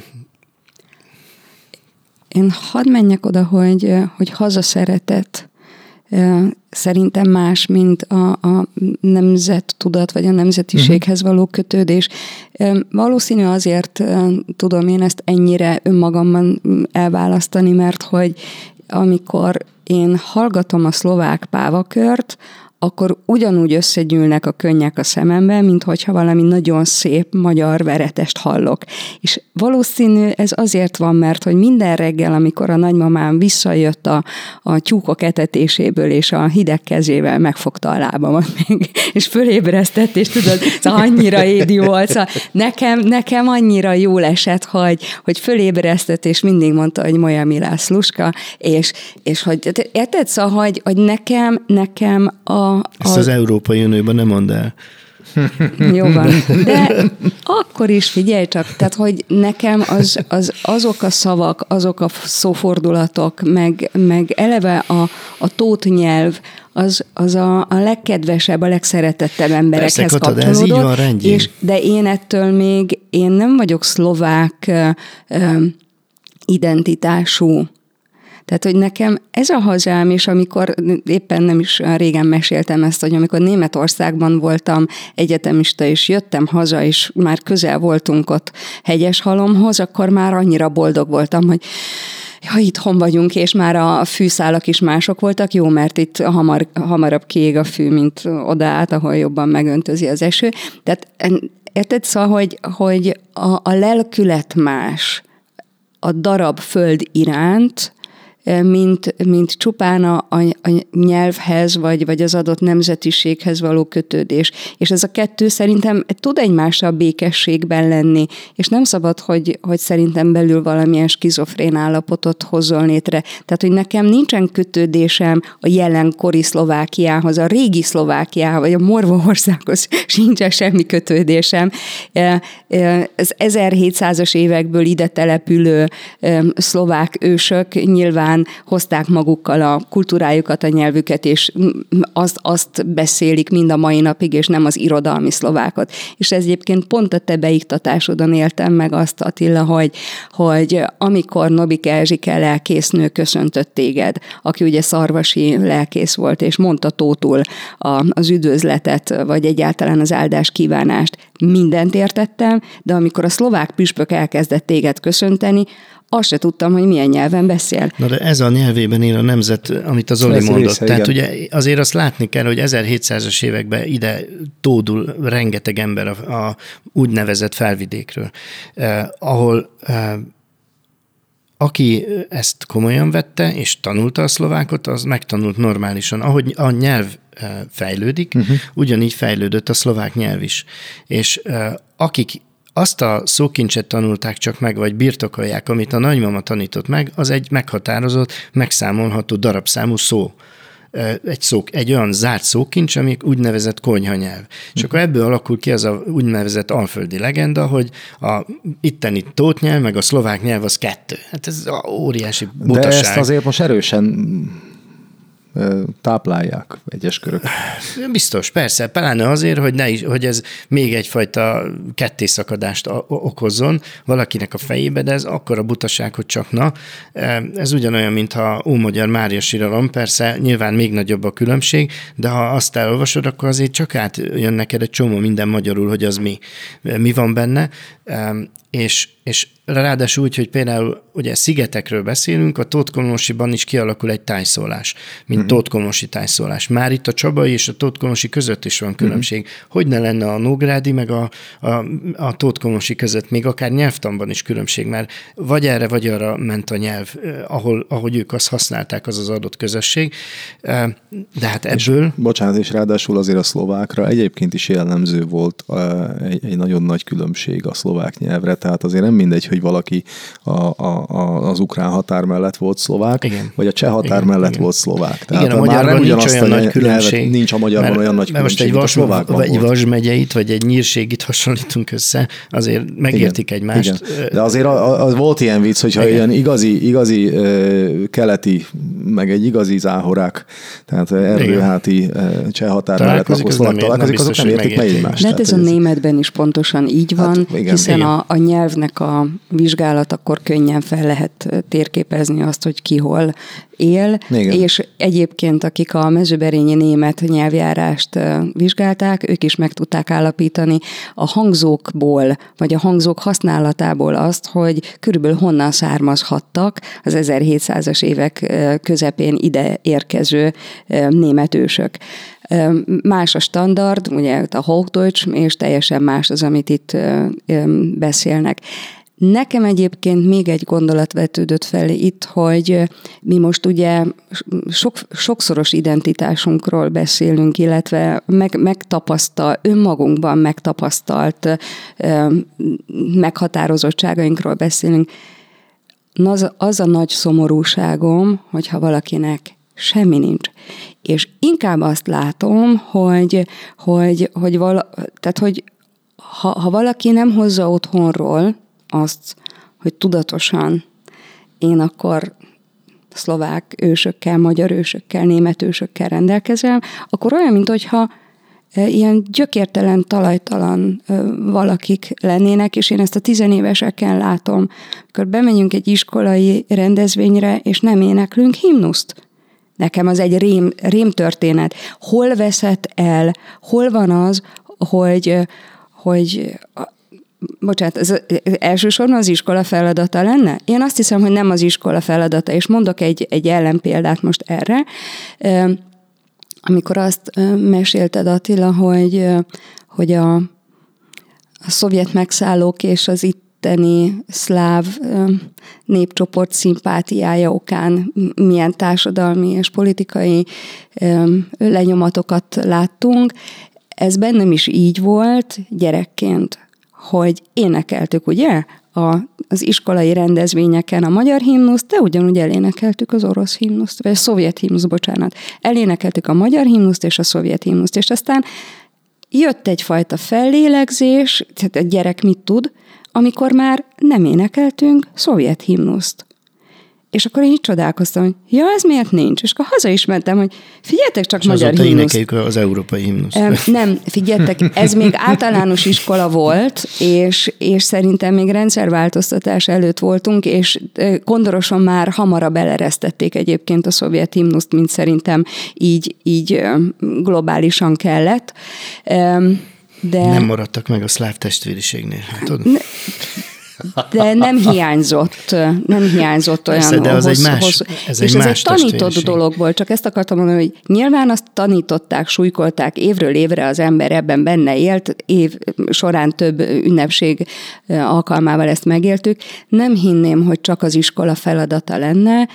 én hadd menjek oda, hogy hazaszeretet szerintem más, mint a nemzettudat, vagy a nemzetiséghez való kötődés. Valószínű azért tudom én ezt ennyire önmagamban elválasztani, mert hogy amikor én hallgatom a szlovák pávakört, akkor ugyanúgy összegyűlnek a könnyek a szememben, mint hogyha valami nagyon szép magyar veretest hallok. És valószínű ez azért van, mert hogy minden reggel, amikor a nagymamám visszajött a tyúkok etetéséből, és a hideg kezével megfogta a lábamat még, és fölébresztett, és tudod, annyira édi volt. Szóval nekem annyira jól esett, hogy fölébresztett, és mindig mondta, hogy Moja Milás Luska, és hogy érted? Szóval, hogy nekem ezt az Európai Unióban nem mondd el. Jó van. De akkor is figyelj csak, tehát, hogy nekem azok a szavak, azok a szófordulatok, meg eleve a tót nyelv, az a legkedvesebb, a legszeretettebb emberekhez kapcsolódott. Ez így van rendjén. De én ettől még, én nem vagyok szlovák identitású. Tehát, hogy nekem ez a hazám, és amikor éppen nem is régen meséltem ezt, hogy amikor Németországban voltam egyetemista, és jöttem haza, és már közel voltunk ott Hegyeshalomhoz, akkor már annyira boldog voltam, hogy ja, itthon vagyunk, és már a fűszálak is mások voltak, jó, mert itt hamarabb kiég a fű, mint oda át, ahol jobban megöntözi az eső. Tehát érted, szóval, hogy a lelkület más, a darab föld iránt, mint csupán a nyelvhez, vagy az adott nemzetiséghez való kötődés. És ez a kettő szerintem tud egymással békességben lenni, és nem szabad, hogy szerintem belül valamilyen skizofrén állapotot hozzon létre. Tehát, hogy nekem nincsen kötődésem a jelenkori Szlovákiához, a régi Szlovákiához, vagy a Morvaországhoz sincsen semmi kötődésem. Az 1700-as évekből ide települő szlovák ősök nyilván hozták magukkal a kultúrájukat, a nyelvüket, és azt beszélik mind a mai napig, és nem az irodalmi szlovákot. És ez egyébként pont a te beiktatásodon éltem meg azt, Attila, hogy amikor Nobik Erzsike lelkésznő köszöntött téged, aki ugye szarvasi lelkész volt, és mondta tótul az üdvözletet, vagy egyáltalán az áldás kívánást, mindent értettem, de amikor a szlovák püspök elkezdett téged köszönteni, azt se tudtam, hogy milyen nyelven beszél. Na de ez a nyelvében él a nemzet, amit az Zoli mondott. Része, tehát igen. Ugye azért azt látni kell, hogy 1700-as években ide tódul rengeteg ember a úgynevezett felvidékről, ahol aki ezt komolyan vette, és tanulta a szlovákot, az megtanult normálisan. Ahogy a nyelv fejlődik, ugyanígy fejlődött a szlovák nyelv is. És akik azt a szókincset tanulták csak meg, vagy birtokolják, amit a nagymama tanított meg, az egy meghatározott, megszámolható darabszámú szó. Egy olyan zárt szókincs, ami úgynevezett konyhanyelv. És akkor ebből alakul ki az a úgynevezett alföldi legenda, hogy a itteni tótnyelv, meg a szlovák nyelv az 2. Hát ez óriási butaság. De ezt azért most erősen táplálják egyes körök. Biztos, persze. Pláne azért, hogy ez még egyfajta kettészakadást okozzon valakinek a fejébe, de ez akkora butaság, hogy csak na. Ez ugyanolyan, mintha Ómagyar Mária síralom, persze nyilván még nagyobb a különbség, de ha azt elolvasod, akkor azért csak átjön neked egy csomó minden magyarul, hogy az mi van benne. És ráadásul úgy, hogy például ugye szigetekről beszélünk, a tótkolmosiban is kialakul egy tájszólás, mint tótkolmosi tájszólás. Már itt a csabai és a tótkolmosi között is van különbség. Hogy ne lenne a nógrádi meg a tótkolmosi között, még akár nyelvtanban is különbség, mert vagy erre, vagy arra ment a nyelv, ahogy ők azt használták, az adott közösség. De hát ebből... Bocsánat, és ráadásul azért a szlovákra egyébként is jellemző volt egy nagyon nagy különbség a szlovák nyelvre, tehát azért nem mindegy, hogy valaki az ukrán határ mellett volt szlovák, igen, vagy a cseh határ mellett volt szlovák. Tehát igen, a magyarban nincs olyan nagy különbség. Nincs a magyarban olyan nagy különbség, most egy Vas megyeit, vagy egy Nyírségit hasonlítunk össze, azért megértik egymást. Igen. De azért az volt ilyen vicc, hogyha ilyen igazi keleti, meg egy igazi záhorák, tehát erdőháti cseh határ mellett lakó szlovák találkozik, azok nem értik meg egymást. De hát ez a németben is pontosan így van, hát, igen, hiszen a nyelvnek a vizsgálat, akkor könnyen fel lehet térképezni azt, hogy ki hol él, igen. És egyébként, akik a mezőberényi német nyelvjárást vizsgálták, ők is meg tudták állapítani a hangzókból, vagy a hangzók használatából azt, hogy körülbelül honnan származhattak az 1700-as évek közepén ide érkező német ősök. Más a standard, ugye a Hochdeutsch, és teljesen más az, amit itt beszélnek. Nekem egyébként még egy gondolat vetődött fel itt, hogy mi most ugye sokszoros identitásunkról beszélünk, illetve önmagunkban megtapasztalt meghatározottságainkról beszélünk. Az a nagy szomorúságom, hogyha valakinek semmi nincs. És inkább azt látom, hogy ha valaki nem hozza otthonról azt, hogy tudatosan én akkor szlovák ősökkel, magyar ősökkel, német ősökkel rendelkezem, akkor olyan, mintha ilyen gyökértelen, talajtalan valakik lennének, és én ezt a 10 éveseken látom, amikor bemegyünk egy iskolai rendezvényre, és nem éneklünk himnuszt. Nekem az egy rém történet. Hol veszett el, hol van az, hogy bocsánat, ez elsősorban az iskola feladata lenne? Én azt hiszem, hogy nem az iskola feladata, és mondok egy ellenpéldát most erre. Amikor azt mesélted, Attila, hogy a szovjet megszállók és az itt itteni szláv népcsoport szimpátiája okán milyen társadalmi és politikai lenyomatokat láttunk. Ez bennem is így volt gyerekként, hogy énekeltük, ugye, az iskolai rendezvényeken a magyar himnuszt, de ugyanúgy elénekeltük az orosz himnuszt, vagy a szovjet himnuszt, bocsánat. Elénekeltük a magyar himnuszt és a szovjet himnuszt, és aztán jött egyfajta fellélegzés, tehát a gyerek mit tud, amikor már nem énekeltünk szovjet himnuszt. És akkor én így csodálkoztam, hogy ja, ez miért nincs? És akkor haza is mentem, hogy figyeljetek csak, és magyar himnuszt. És énekeljük az európai himnuszt. Nem, figyeljetek, ez még általános iskola volt, és szerintem még rendszerváltoztatás előtt voltunk, és Kondoroson már hamarabb eleresztették egyébként a szovjet himnuszt, mint szerintem így globálisan kellett. De nem maradtak meg a szláv testvériségnél, tudod? De nem hiányzott olyan. Persze, de az egy más, és ez egy tanított dolog volt, csak ezt akartam mondani, hogy nyilván azt tanították, súlykolták, évről évre az ember ebben benne élt, év során több ünnepség alkalmával ezt megéltük. Nem hinném, hogy csak az iskola feladata lenne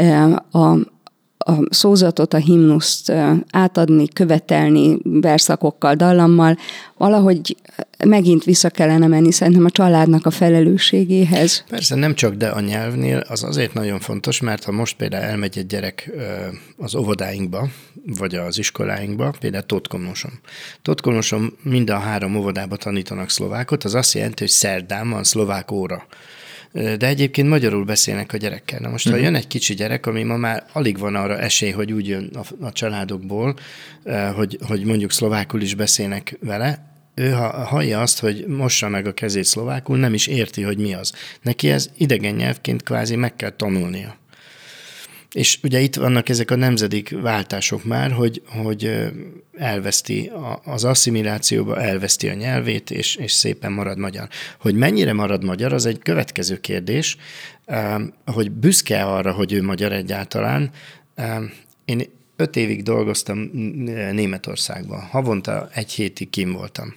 a szózatot, a himnuszt átadni, követelni verszakokkal, dallammal, valahogy megint vissza kellene menni szerintem a családnak a felelősségéhez. Persze, nem csak, de a nyelvnél az azért nagyon fontos, mert ha most például elmegy egy gyerek az óvodáinkba, vagy az iskoláinkba, például Tótkomloson mind a 3 óvodába tanítanak szlovákot, az azt jelenti, hogy szerdán van szlovák óra. De egyébként magyarul beszélnek a gyerekkel. Na most, ha jön egy kicsi gyerek, ami ma már alig van arra esély, hogy úgy jön a családokból, hogy mondjuk szlovákul is beszélnek vele, ő hallja azt, hogy mossa meg a kezét szlovákul, nem is érti, hogy mi az. Neki ez idegen nyelvként kvázi meg kell tanulnia. És ugye itt vannak ezek a nemzedik váltások már, hogy elveszti az asszimilációba, elveszti a nyelvét, és szépen marad magyar. Hogy mennyire marad magyar, az egy következő kérdés, hogy büszke arra, hogy ő magyar egyáltalán. Én 5 évig dolgoztam Németországban. Havonta 1 hétig kint voltam.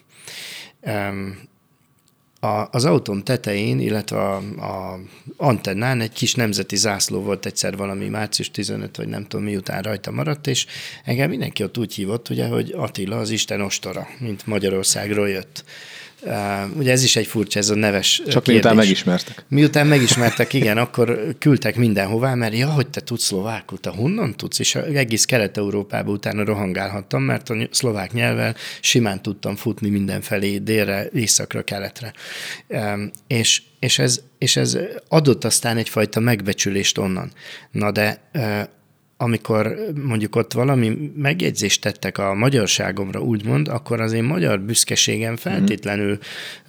Az autóm tetején, illetve a antennán egy kis nemzeti zászló volt egyszer valami március 15, vagy nem tudom miután rajta maradt, és engem mindenki ott úgy hívott, ugye, hogy Attila az Isten ostora, mint Magyarországról jött. Ugye ez is egy furcsa, ez a neves csak kérdés. miután megismertek. Miután megismertek, igen, akkor küldtek mindenhová, mert hogy te tudsz szlovákul, te honnan tudsz? És egész Kelet-Európába utána rohangálhattam, mert a szlovák nyelvvel simán tudtam futni mindenfelé, délre, északra, keletre. És ez adott aztán egyfajta megbecsülést onnan. Na de amikor mondjuk ott valami megjegyzést tettek a magyarságomra, úgymond, akkor az én magyar büszkeségem feltétlenül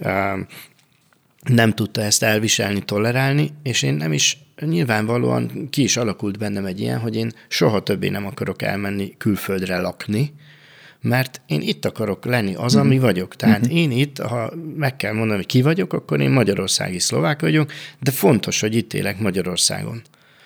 nem tudta ezt elviselni, tolerálni, és én nem is, nyilvánvalóan ki is alakult bennem egy ilyen, hogy én soha többé nem akarok elmenni külföldre lakni, mert én itt akarok lenni az, ami vagyok. Tehát én itt, ha meg kell mondani, hogy ki vagyok, akkor én magyarországi szlovák vagyok, de fontos, hogy itt élek Magyarországon.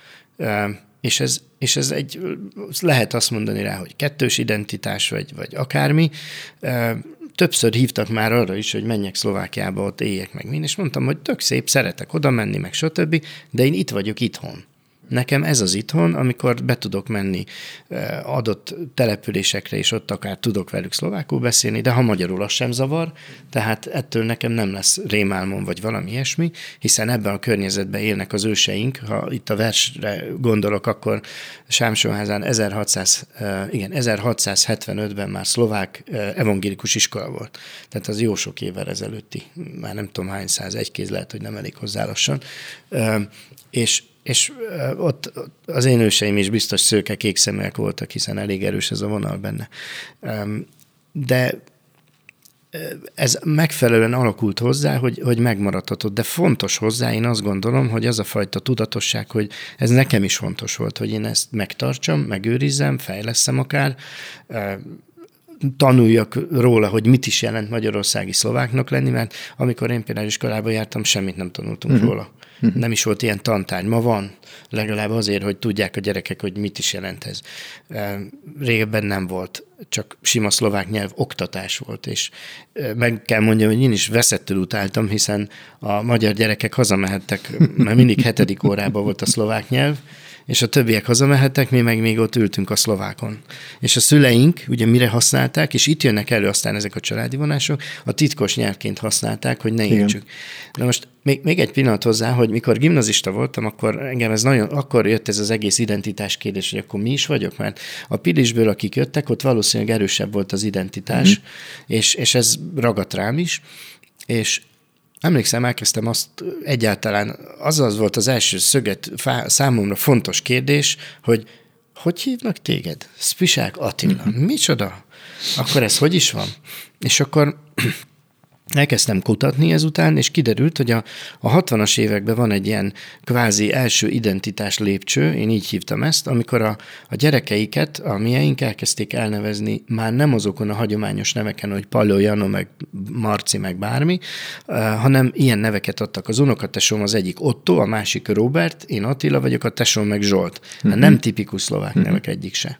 És ez lehet azt mondani rá, hogy kettős identitás, vagy akármi. Többször hívtak már arra is, hogy menjek Szlovákiába, ott éljek meg mind, és mondtam, hogy tök szép, szeretek oda menni, meg stb., de én itt vagyok itthon. Nekem ez az itthon, amikor be tudok menni adott településekre, és ott akár tudok velük szlovákul beszélni, de ha magyarul az sem zavar, tehát ettől nekem nem lesz rémálmom, vagy valami ilyesmi, hiszen ebben a környezetben élnek az őseink. Ha itt a versre gondolok, akkor Sámsonházán 1675-ben már szlovák evangélikus iskola volt. Tehát az jó sok évvel ezelőtti, már nem tudom hány száz, egy kéz lehet, hogy nem elég hozzá lassan. És ott az én őseim is biztos szőke kék szeműek voltak, hiszen elég erős ez a vonal benne. De ez megfelelően alakult hozzá, hogy megmaradhatott, de fontos hozzá, én azt gondolom, hogy az a fajta tudatosság, hogy ez nekem is fontos volt, hogy én ezt megtartsam, megőrizzem, fejlesszem akár, tanuljak róla, hogy mit is jelent magyarországi szlováknak lenni, mert amikor én például iskolában jártam, semmit nem tanultunk róla. Nem is volt ilyen tantárgy. Ma van, legalább azért, hogy tudják a gyerekek, hogy mit is jelent ez. Régebben nem volt, csak sima szlovák nyelv oktatás volt, és meg kell mondjam, hogy én is veszettül utáltam, hiszen a magyar gyerekek hazamehettek, mert mindig 7. órában volt a szlovák nyelv, és a többiek hazamehettek, mi meg még ott ültünk a szlovákon. És a szüleink ugye mire használták, és itt jönnek elő aztán ezek a családi vonások, a titkos nyelvként használták, hogy ne értsük. Na most még egy pillanat hozzá, hogy mikor gimnazista voltam, akkor engem akkor jött ez az egész identitás kérdés, hogy akkor mi is vagyok, mert a Pilisből, akik jöttek, ott valószínűleg erősebb volt az identitás, és ez ragadt rám is, és emlékszem, elkezdtem azt egyáltalán, az volt az első számomra fontos kérdés, hogy hívnak téged? Spisák Attila. Micsoda? Akkor ez hogy is van? És akkor elkezdtem kutatni ezután, és kiderült, hogy a 60-as években van egy ilyen kvázi első identitás lépcső, én így hívtam ezt, amikor a gyerekeiket, a mieink elkezdték elnevezni már nem azokon a hagyományos neveken, hogy Palló, Jano, meg Marci, meg bármi, hanem ilyen neveket adtak. Az unokatesóm az egyik Otto, a másik Robert, én Attila vagyok, a tesóm meg Zsolt. Nem tipikus szlovák nevek egyik se.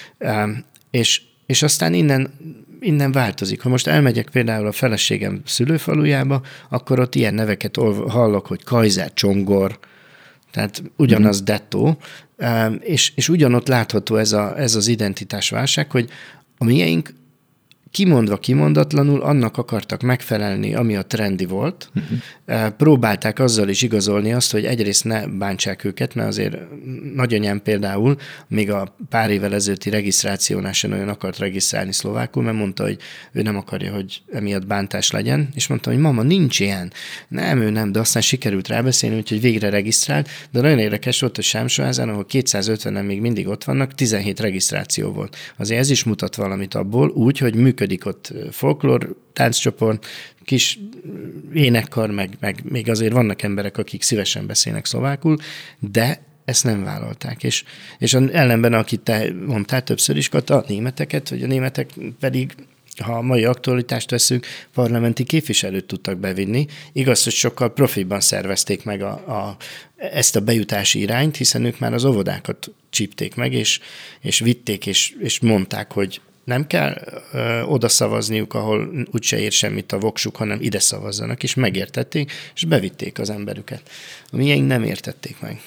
És aztán innen változik. Ha most elmegyek például a feleségem szülőfalujába, akkor ott ilyen neveket hallok, hogy Kaiser, Csongor, tehát ugyanaz dettó, és ugyanott látható ez az identitásválság, hogy a mieink kimondva kimondatlanul annak akartak megfelelni, ami a trendi volt. Próbálták azzal is igazolni azt, hogy egyrészt ne bántsák őket, mert azért nagyanyám például még a pár évvel ezelőtti regisztrációnál sem olyan akart regisztrálni szlovákul, mert mondta, hogy ő nem akarja, hogy emiatt bántás legyen, és mondta, hogy mama, nincs ilyen. Nem, ő nem, de aztán sikerült rábeszélni, úgyhogy végre regisztrált, de nagyon érdekes volt, hogy Sámsóházán, ahol 250-en még mindig ott vannak, 17 regisztráció volt. Azért ez is mutat valamit abból, úgy, hogy működik ott folklór, tánccsoport, kis énekkar, meg még azért vannak emberek, akik szívesen beszélnek szlovákul, de ezt nem vállalták. És ellenben, akit te mondtál többször is, Kata, a németeket, vagy a németek pedig, ha a mai aktualitást veszünk, parlamenti képviselőt tudtak bevinni. Igaz, hogy sokkal profiban szervezték meg ezt a bejutási irányt, hiszen ők már az óvodákat csípték meg, és vitték, és mondták, hogy nem kell oda szavazniuk, ahol úgyse ér semmit a voksuk, hanem ide szavazzanak, és megértették, és bevitték az emberüket. A miénk nem értették meg.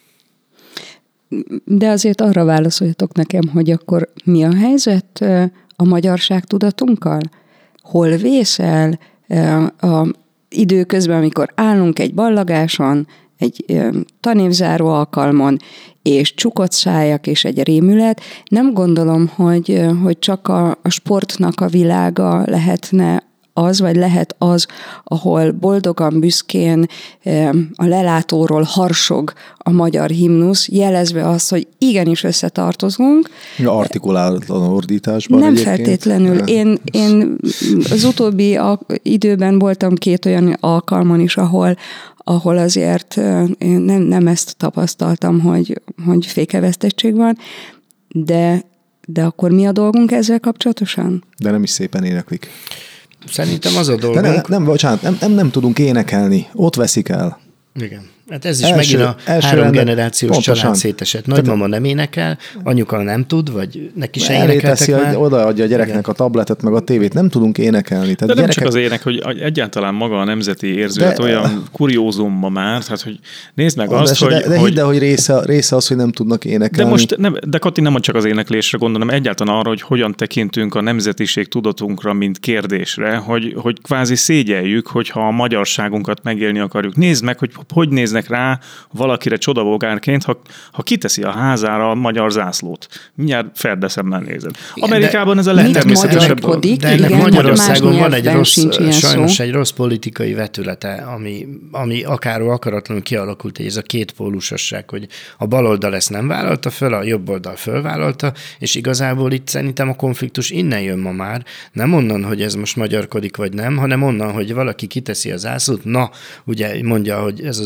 De azért arra válaszoljatok nekem, hogy akkor mi a helyzet a magyarság tudatunkkal? Hol vészel a időközben, amikor állunk egy ballagáson, egy tanévzáró alkalmon, és csukott szájak és egy rémület. Nem gondolom, hogy csak a sportnak a világa lehetne az, vagy lehet az, ahol boldogan, büszkén a lelátóról harsog a magyar himnusz, jelezve azt, hogy igenis összetartozunk. Artikulálatlan ordításban nem egyébként. Feltétlenül. Én az utóbbi időben voltam 2 olyan alkalmon is, ahol azért nem ezt tapasztaltam, hogy fékevesztettség van, de akkor mi a dolgunk ezzel kapcsolatosan? De nem is szépen éneklik. Szerintem az a dolgunk... Nem tudunk énekelni. Ott veszik el. Igen. Hát ez is megint a 3 generációs család szétesett. Nagymama nem énekel, anyuka nem tud, vagy neki se énekeltek már. Odaadja a gyereknek a tabletet, meg a tévét. Nem tudunk énekelni. Tehát de nem csak az ének, hogy egyáltalán maga a nemzeti érzület olyan kuriózum ma már, tehát hogy nézd meg azt, hogy... De hidd el, hogy része az, hogy nem tudnak énekelni. De Kati, nem csak az éneklésre gondolom, egyáltalán arra, hogy hogyan tekintünk a nemzetiség tudatunkra, mint kérdésre, hogy kvázi szégyeljük, hogyha a magyarságunkat megélni akarjuk. Nézd meg, hogy néznek rá valakire csodavogárként, ha kiteszi a házára a magyar zászlót. Mindjárt ferdeszemmel nézed. Amerikában ez a legtermészetesebb. De ennek Magyarországon van egy rossz politikai vetülete, ami akáró akaratlanul kialakult, hogy ez a kétpólusosság, hogy a baloldal ezt nem vállalta föl, a jobb oldal fölvállalta, és igazából itt szerintem a konfliktus innen jön ma már, nem onnan, hogy ez most magyarkodik vagy nem, hanem onnan, hogy valaki kiteszi a zászlót, ugye mondja, hogy ez az aktuális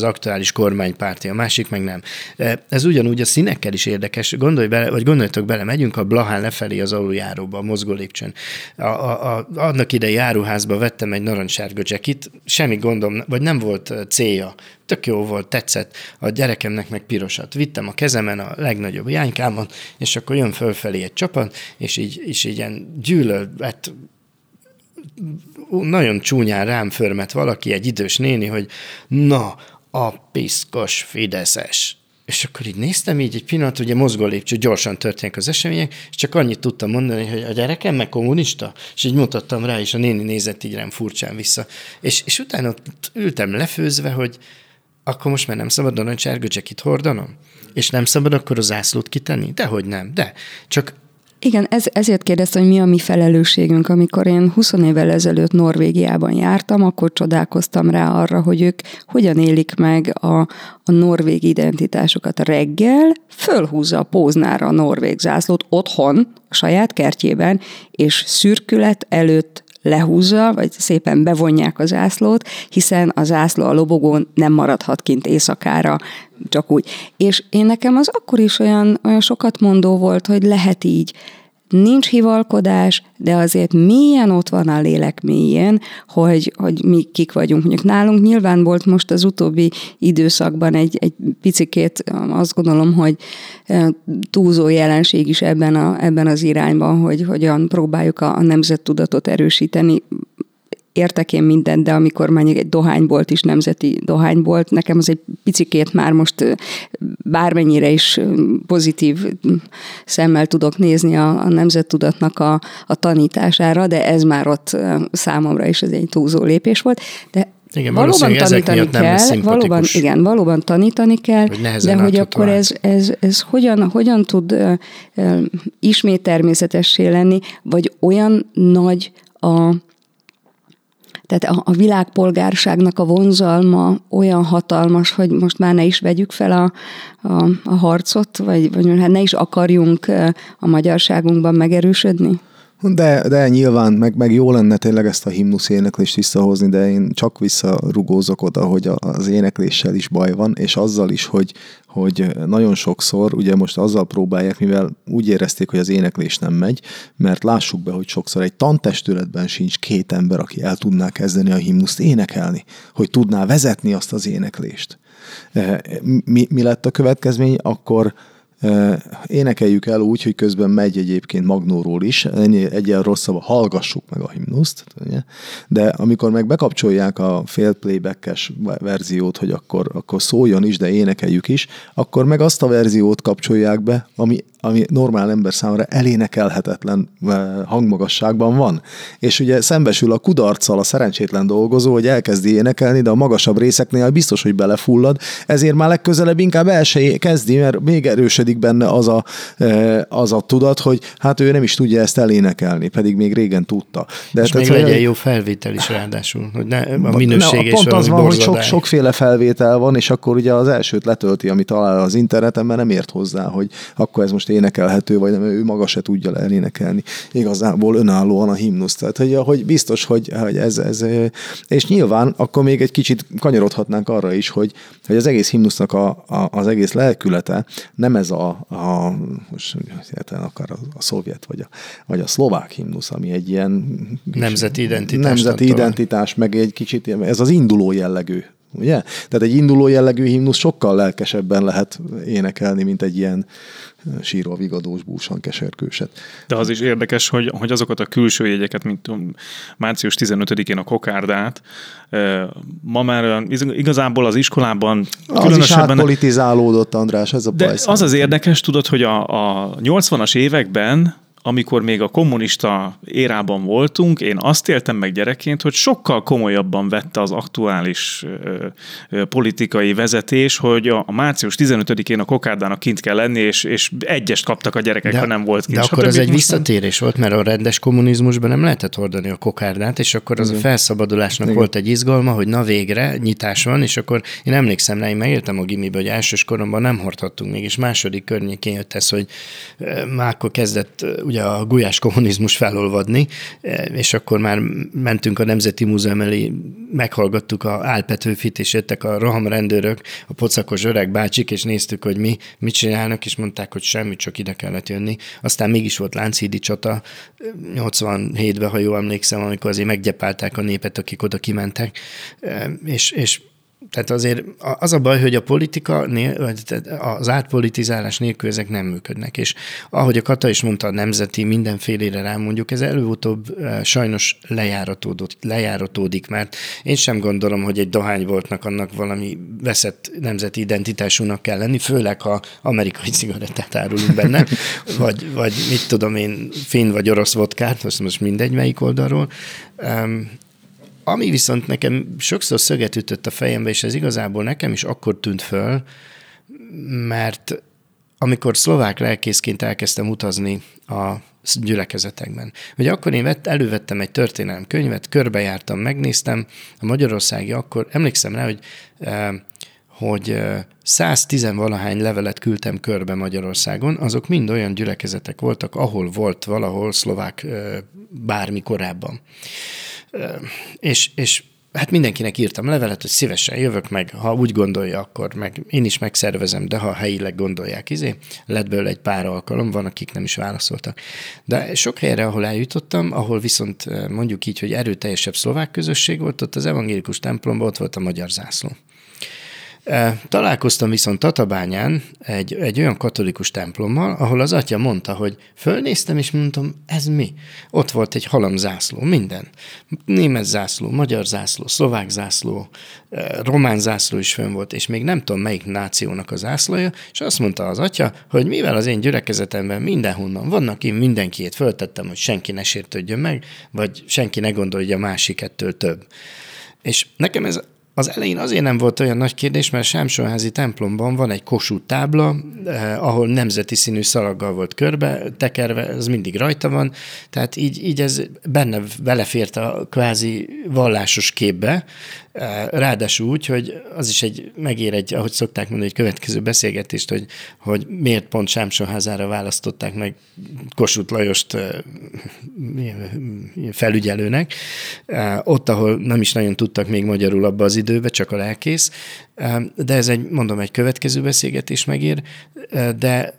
liberális kormánypárti, a másik meg nem. Ez ugyanúgy a színekkel is érdekes. Gondoljatok bele, megyünk a Blahán lefelé az aluljáróba, a mozgó lépcsőn. Annak idei áruházba vettem egy narancssárga jackit, semmi gondom, vagy nem volt célja. Tök jó volt, tetszett. A gyerekemnek meg pirosat. Vittem a kezemen a legnagyobb jánykámon, és akkor jön fölfelé egy csapat, és így ilyen gyűlölt, nagyon csúnyán rám förmet valaki, egy idős néni, hogy na, a piszkos fideszes. És akkor így néztem így egy pillanat, ugye mozgó lépcső, gyorsan történnek az események, és csak annyit tudtam mondani, hogy a gyerekem meg kommunista, és így mutattam rá, és a néni nézett így rám furcsán vissza. És utána ott ültem lefőzve, hogy akkor most már nem szabad narancssárga jackit hordanom? És nem szabad akkor a zászlót kitenni? Dehogy nem, de csak... Igen, ezért kérdeztem, hogy mi a mi felelősségünk. Amikor én 20 évvel ezelőtt Norvégiában jártam, akkor csodálkoztam rá arra, hogy ők hogyan élik meg a norvég identitásokat. Reggel fölhúzza a póznára a norvég zászlót otthon, a saját kertjében, és szürkület előtt lehúzza, vagy szépen bevonják a zászlót, hiszen a zászló a lobogón nem maradhat kint éjszakára, csak úgy. És én nekem az akkor is olyan sokat mondó volt, hogy lehet így. Nincs hivalkodás, de azért mélyen ott van a lélek mélyén, hogy mi kik vagyunk. Mondjuk nálunk nyilván volt most az utóbbi időszakban egy picikét, azt gondolom, hogy túlzó jelenség is ebben az irányban, hogy hogyan próbáljuk a nemzettudatot erősíteni. Értek én mindent, de amikor mondjuk egy dohánybolt is nemzeti dohánybolt, nekem az egy picikét már most bármennyire is pozitív szemmel tudok nézni a nemzettudatnak a tanítására, de ez már ott számomra is ez egy túlzó lépés volt. De igen, valóban tanítani kell, valóban tanítani kell, de hogy akkor ez hogyan tud ismét természetessé lenni, vagy olyan nagy tehát a világpolgárságnak a vonzalma olyan hatalmas, hogy most már ne is vegyük fel a harcot, vagy hát ne is akarjunk a magyarságunkban megerősödni? De nyilván, meg jó lenne tényleg ezt a himnusz éneklést visszahozni, de én csak visszarugózok oda, hogy az énekléssel is baj van, és azzal is, hogy nagyon sokszor, ugye most azzal próbálják, mivel úgy érezték, hogy az éneklés nem megy, mert lássuk be, hogy sokszor egy tantestületben sincs 2 ember, aki el tudná kezdeni a himnuszt énekelni, hogy tudná vezetni azt az éneklést. Mi lett a következmény? Akkor énekeljük el úgy, hogy közben megy egyébként magnóról is, egyen rosszabb, hallgassuk meg a himnuszt, de amikor meg bekapcsolják a fél playback-es verziót, hogy akkor szóljon is, de énekeljük is, akkor meg azt a verziót kapcsolják be, ami normál ember számára elénekelhetetlen hangmagasságban van. És ugye szembesül a kudarccal a szerencsétlen dolgozó, hogy elkezdi énekelni, de a magasabb részeknél biztos, hogy belefullad, ezért már legközelebb inkább el se kezdi, mert még erősödik benne az a tudat, hogy hát ő nem is tudja ezt elénekelni, pedig még régen tudta. De és még legyen jó felvétel is ráadásul, hogy a minőség és pont az van, hogy sokféle felvétel van, és akkor ugye az elsőt letölti, amit talál az interneten, mert nem ért hozzá, hogy akkor ez most énekelhető, vagy nem, ő maga se tudja elénekelni. Igazából önállóan a himnusz. Tehát, hogy biztos, hogy ez és nyilván akkor még egy kicsit kanyarodhatnánk arra is, hogy az egész himnusznak az egész lelkülete nem ez most akár a szovjet, vagy a szlovák himnusz, ami egy ilyen nemzeti identitás, meg egy kicsit, ez az induló jellegű. Ugye? Tehát egy induló jellegű himnusz sokkal lelkesebben lehet énekelni, mint egy ilyen sírva vigadós búsan keserkőset. De az is érdekes, hogy azokat a külső jegyeket, mint március 15-én a kokárdát, ma már igazából az iskolában az is átpolitizálódott, András, ez a baj. De az érdekes, tudod, hogy a 80-as években, amikor még a kommunista érában voltunk, én azt éltem meg gyerekként, hogy sokkal komolyabban vette az aktuális politikai vezetés, hogy a március 15-én a kokárdának kint kell lenni, és egyest kaptak a gyerekek, ha nem volt kint. De akkor ez egy visszatérés volt, mert a rendes kommunizmusban nem lehetett hordani a kokárdát, és akkor az a felszabadulásnak volt egy izgalma, hogy na végre nyitás van, és akkor én emlékszem rá, én megéltem a gimibe, hogy elsős koromban nem hordhattunk még, és második környékén jött ez, hogy már akkor kezdett ugye a gulyás kommunizmus felolvadni, és akkor már mentünk a Nemzeti Múzeum elé, meghallgattuk a Ál Petőfit, és jöttek a rohamrendőrök, a pocakos öreg bácsik, és néztük, hogy mit csinálnak, és mondták, hogy semmit, csak ide kellett jönni. Aztán mégis volt Lánchídi csata 87-ben, ha jól emlékszem, amikor azért meggyepálták a népet, akik oda kimentek, és tehát azért az a baj, hogy a politika, az átpolitizálás nélkül ezek nem működnek, és ahogy a Kata is mondta, a nemzeti mindenfélére rámondjuk, ez előutóbb sajnos lejáratódik, mert én sem gondolom, hogy egy dohányboltnak annak valami veszett nemzeti identitásúnak kell lenni, főleg ha amerikai cigarettát árulunk benne, vagy mit tudom én, finn vagy orosz vodkát, most mindegy melyik oldalról. Ami viszont nekem sokszor szöget ütött a fejembe, és ez igazából nekem is akkor tűnt föl, mert amikor szlovák lelkészként elkezdtem utazni a gyülekezetekben. Ugye akkor én elővettem egy történelemkönyvet, körbejártam, megnéztem, a magyarországi akkor, emlékszem rá, hogy 110-valahány levelet küldtem körbe Magyarországon, azok mind olyan gyülekezetek voltak, ahol volt valahol szlovák bármi korábban. És hát mindenkinek írtam levelet, hogy szívesen jövök meg, ha úgy gondolja, akkor meg én is megszervezem, de ha helyileg gondolják, lett belőle egy pár alkalom, van, akik nem is válaszoltak. De sok helyre, ahol eljutottam, ahol viszont mondjuk így, hogy erőteljesebb szlovák közösség volt, ott az evangélikus templomban ott volt a magyar zászló. Találkoztam viszont Tatabányán egy olyan katolikus templommal, ahol az atya mondta, hogy fölnéztem, és mondtam, ez mi? Ott volt egy halomzászló, minden. Német zászló, magyar zászló, szlovák zászló, román zászló is fönn volt, és még nem tudom, melyik nációnak a zászlója, és azt mondta az atya, hogy mivel az én gyülekezetemben mindenhonnan vannak, én mindenkiét föltettem, hogy senki ne sértődjön meg, vagy senki ne gondolja, hogy a másik ettől több. És nekem ez az elején azért nem volt olyan nagy kérdés, mert a Sámsonházi templomban van egy Kossuth tábla, ahol nemzeti színű szalaggal volt körbe tekerve, ez mindig rajta van, tehát így ez benne belefért a kvázi vallásos képbe, ráadásul úgy, hogy az is megér ahogy szokták mondani, egy következő beszélgetést, hogy miért pont Sámsonházára választották meg Kossuth Lajost felügyelőnek, ott, ahol nem is nagyon tudtak még magyarul abba az időbe, csak a lelkész, de ez egy következő beszélgetés megér, de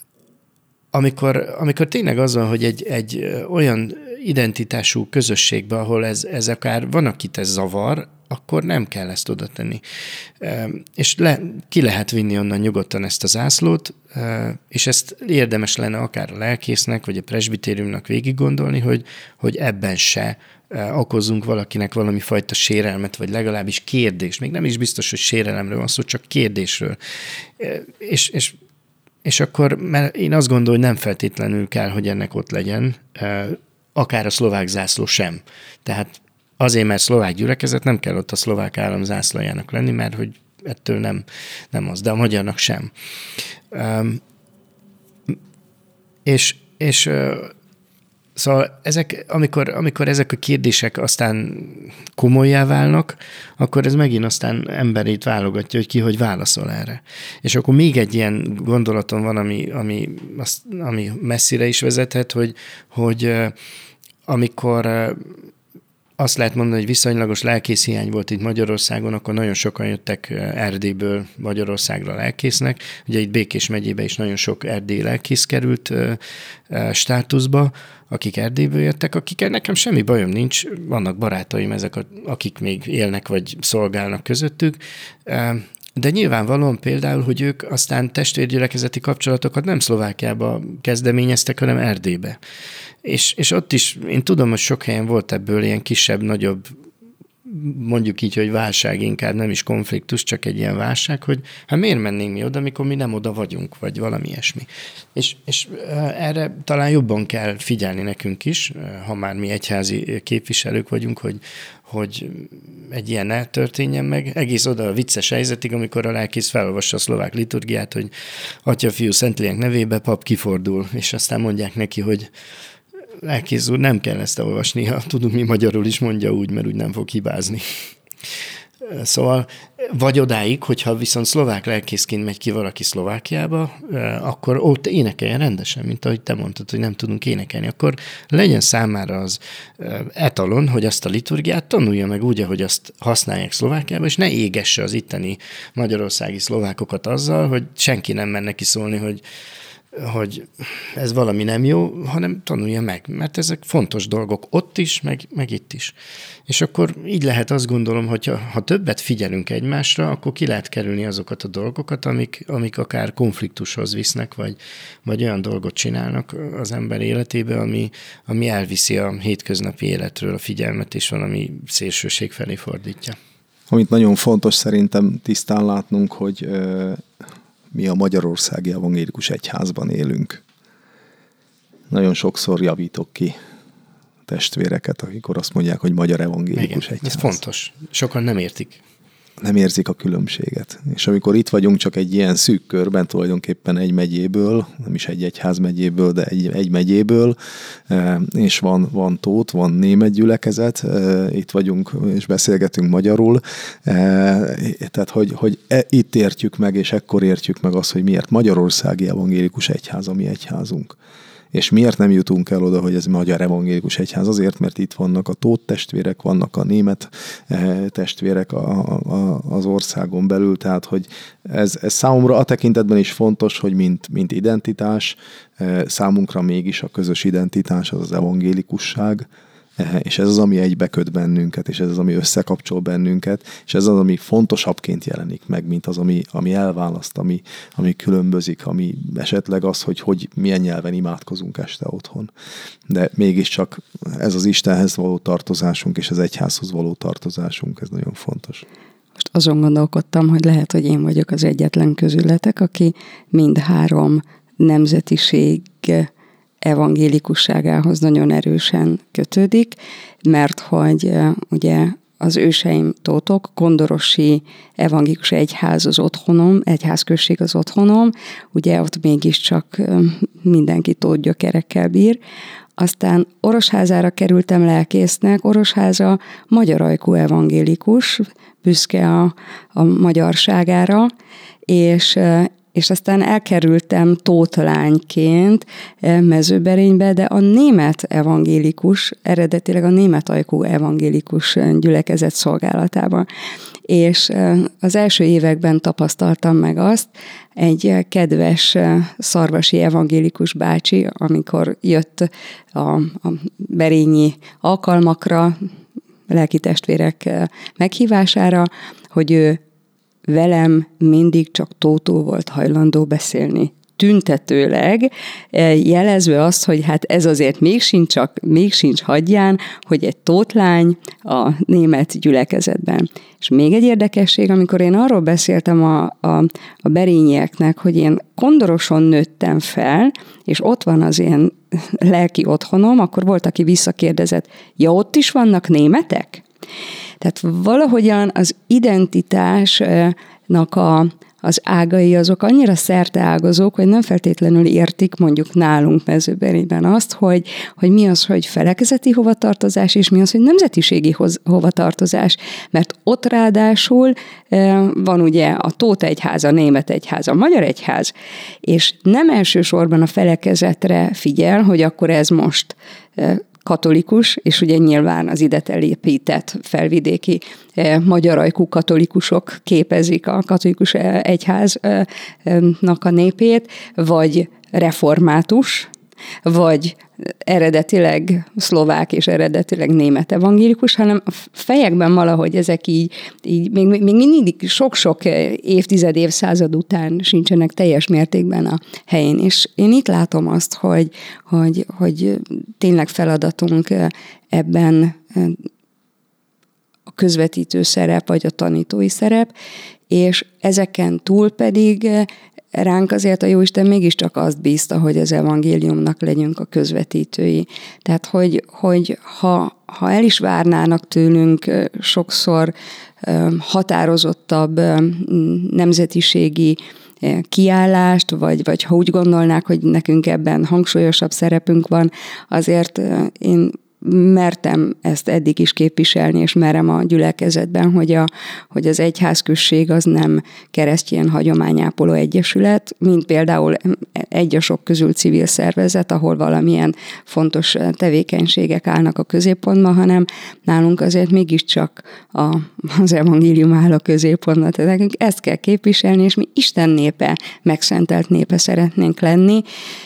amikor tényleg az van, hogy egy olyan identitású közösségben, ahol ez akár van, akit ez zavar, akkor nem kell ezt oda tenni. És ki lehet vinni onnan nyugodtan ezt a zászlót, és ezt érdemes lenne akár a lelkésznek, vagy a presbitériumnak végig gondolni, hogy ebben se okozzunk valakinek valami fajta sérelmet, vagy legalábbis kérdést. Még nem is biztos, hogy sérelemről van szó, csak kérdésről. És akkor, mert én azt gondolom, hogy nem feltétlenül kell, hogy ennek ott legyen, akár a szlovák zászló sem. Tehát azért, mert szlovák gyülekezet, nem kell ott a szlovák állam zászlajának lenni, mert hogy ettől nem az, de a magyarnak sem. Szóval amikor ezek a kérdések aztán komolyá válnak, akkor ez megint aztán emberét válogatja, hogy ki hogy válaszol erre. És akkor még egy ilyen gondolatom van, ami messzire is vezethet, hogy amikor azt lehet mondani, hogy viszonylagos lelkészhiány volt itt Magyarországon, akkor nagyon sokan jöttek Erdélyből Magyarországra lelkésznek. Ugye itt Békés megyébe is nagyon sok erdélyi lelkész került státuszba, akik Erdélyből jöttek, akikkel nekem semmi bajom nincs. Vannak barátaim ezek, akik még élnek vagy szolgálnak közöttük. De nyilvánvalóan például, hogy ők aztán testvérgyülekezeti kapcsolatokat nem Szlovákiába kezdeményeztek, hanem Erdélybe. És ott is, én tudom, hogy sok helyen volt ebből ilyen kisebb, nagyobb, mondjuk így, hogy válság, inkább nem is konfliktus, csak egy ilyen válság, hogy hát miért mennénk mi oda, amikor mi nem oda vagyunk, vagy valami ilyesmi. És erre talán jobban kell figyelni nekünk is, ha már mi egyházi képviselők vagyunk, hogy egy ilyen ne történjen meg. Egész oda a vicces helyzetig, amikor a lelkész felolvassa a szlovák liturgiát, hogy Atya, Fiú, Szentlélek nevébe, pap kifordul, és aztán mondják neki, hogy lelkész úr, nem kell ezt olvasni, ha tudunk mi magyarul is, mondja úgy, mert úgy nem fog hibázni. Szóval Vagy odáig, hogyha viszont szlovák lelkészként megy ki valaki Szlovákiába, akkor ott énekeljen rendesen, mint ahogy te mondtad, hogy nem tudunk énekelni. Akkor legyen számára az etalon, hogy azt a liturgiát tanulja meg úgy, ahogy azt használják Szlovákiába, és ne égesse az itteni magyarországi szlovákokat azzal, hogy senki nem mer neki szólni, hogy ez valami nem jó, hanem tanulja meg, mert ezek fontos dolgok ott is, meg itt is. És akkor így lehet azt gondolom, hogy ha többet figyelünk egymásra, akkor ki lehet kerülni azokat a dolgokat, amik akár konfliktushoz visznek, vagy olyan dolgot csinálnak az ember életébe, ami elviszi a hétköznapi életről a figyelmet, és valami szélsőség felé fordítja. Amit nagyon fontos szerintem tisztán látnunk, hogy mi a Magyarországi Evangélikus Egyházban élünk. Nagyon sokszor javítok ki testvéreket, akikor azt mondják, hogy Magyar Evangélikus Egyház. Ez fontos. Sokan nem értik. Nem érzik a különbséget. És amikor itt vagyunk csak egy ilyen szűk körben, tulajdonképpen egy megyéből, nem is egy egyházmegyéből, de egy megyéből, és van Tóth, van német gyülekezet, itt vagyunk és beszélgetünk magyarul, tehát hogy itt értjük meg, és ekkor értjük meg azt, hogy miért Magyarországi Evangélikus Egyház a mi egyházunk. És miért nem jutunk el oda, hogy ez Magyar Evangélikus Egyház? Azért, mert itt vannak a Tóth testvérek, vannak a német testvérek az országon belül, tehát hogy ez számomra a tekintetben is fontos, hogy mint identitás, számunkra mégis a közös identitás az az evangélikusság, és ez az, ami egybeköt bennünket, és ez az, ami összekapcsol bennünket, és ez az, ami fontosabbként jelenik meg, mint az, ami elválaszt, ami különbözik, ami esetleg az, hogy milyen nyelven imádkozunk este otthon. De mégiscsak ez az Istenhez való tartozásunk, és az egyházhoz való tartozásunk, ez nagyon fontos. Most azon gondolkodtam, hogy lehet, hogy én vagyok az egyetlen közületek, aki mindhárom nemzetiség evangélikusságához nagyon erősen kötődik, mert hogy ugye az őseim tótok, Kondorosi Evangélikus Egyház az otthonom, egyházközség az otthonom, ugye ott mégiscsak mindenki Tóth gyökerekkel bír. Aztán Orosházára kerültem lelkésznek, Orosháza magyar ajkú evangélikus, büszke a magyarságára, és aztán elkerültem tótlányként Mezőberénybe, de a német evangélikus, eredetileg a német ajkú evangélikus gyülekezet szolgálatában. És az első években tapasztaltam meg azt, egy kedves szarvasi evangélikus bácsi, amikor jött a berényi alkalmakra, lelkitestvérek meghívására, hogy ő velem mindig csak tótól volt hajlandó beszélni. Tüntetőleg, jelezve azt, hogy hát ez azért még sincs hadján, hogy egy tótlány a német gyülekezetben. És még egy érdekesség, amikor én arról beszéltem a berényieknek, hogy én Kondoroson nőttem fel, és ott van az én lelki otthonom, akkor volt, aki visszakérdezett, ja, ott is vannak németek? Tehát valahogyan az identitásnak az ágai azok annyira szerteágazók, hogy nem feltétlenül értik mondjuk nálunk Mezőberényben azt, hogy mi az, hogy felekezeti hovatartozás, és mi az, hogy nemzetiségi hovatartozás. Mert ott ráadásul van ugye a Tóth egyház, a német egyház, a magyar egyház, és nem elsősorban a felekezetre figyel, hogy akkor ez most katolikus, és ugye nyilván az ide telépített felvidéki magyar ajkú katolikusok képezik a katolikus egyháznak a népét, vagy református, vagy eredetileg szlovák és eredetileg német evangélikus, hanem a fejekben valahogy ezek így még mindig sok-sok évszázad után sincsenek teljes mértékben a helyén. És én itt látom azt, hogy tényleg feladatunk ebben a közvetítő szerep, vagy a tanítói szerep, és ezeken túl pedig ránk azért a Jóisten mégiscsak azt bízta, hogy az evangéliumnak legyünk a közvetítői. Tehát, hogy ha el is várnának tőlünk sokszor határozottabb nemzetiségi kiállást, vagy ha úgy gondolnák, hogy nekünk ebben hangsúlyosabb szerepünk van, azért én mertem ezt eddig is képviselni, és merem a gyülekezetben, hogy az egyházközség az nem keresztény hagyományápoló egyesület, mint például egy a sok közül civil szervezet, ahol valamilyen fontos tevékenységek állnak a középpontban, hanem nálunk azért mégiscsak az evangélium áll a középpontban. Tehát nekünk ezt kell képviselni, és mi Isten népe, megszentelt népe szeretnénk lenni,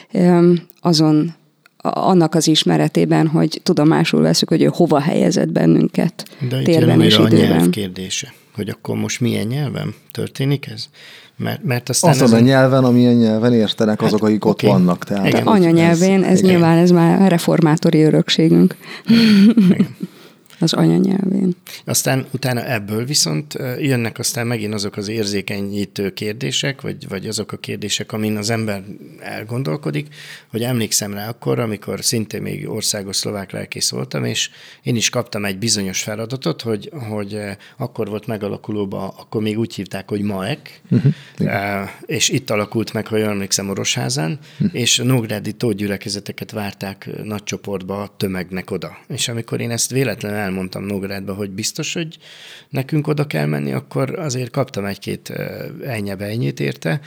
annak az ismeretében, hogy tudomásul veszük, hogy ő hova helyezett bennünket térben és időben. A nyelv kérdése, hogy akkor most milyen nyelven történik ez? Mert aztán azon a nyelven, amilyen nyelven értenek azok, akik ott vannak. Tehát anyanyelvén, ez nyilván ez már reformátori örökségünk. Az anyanyelvén. Aztán utána ebből viszont jönnek aztán megint azok az érzékenyítő kérdések, vagy azok a kérdések, amin az ember elgondolkodik, hogy emlékszem rá akkor, amikor szintén még országos szlovák lelkész voltam, és én is kaptam egy bizonyos feladatot, hogy akkor volt megalakulóban, akkor még úgy hívták, hogy MAEK, és itt alakult meg, ha jól emlékszem, Orosházán, és nógrádi tótgyülekezeteket várták nagy csoportba tömegnek oda. És amikor én ezt véletlenül elmondtam Nógrádba, hogy biztos, hogy nekünk oda kell menni, akkor azért kaptam egy-két ennyit érte,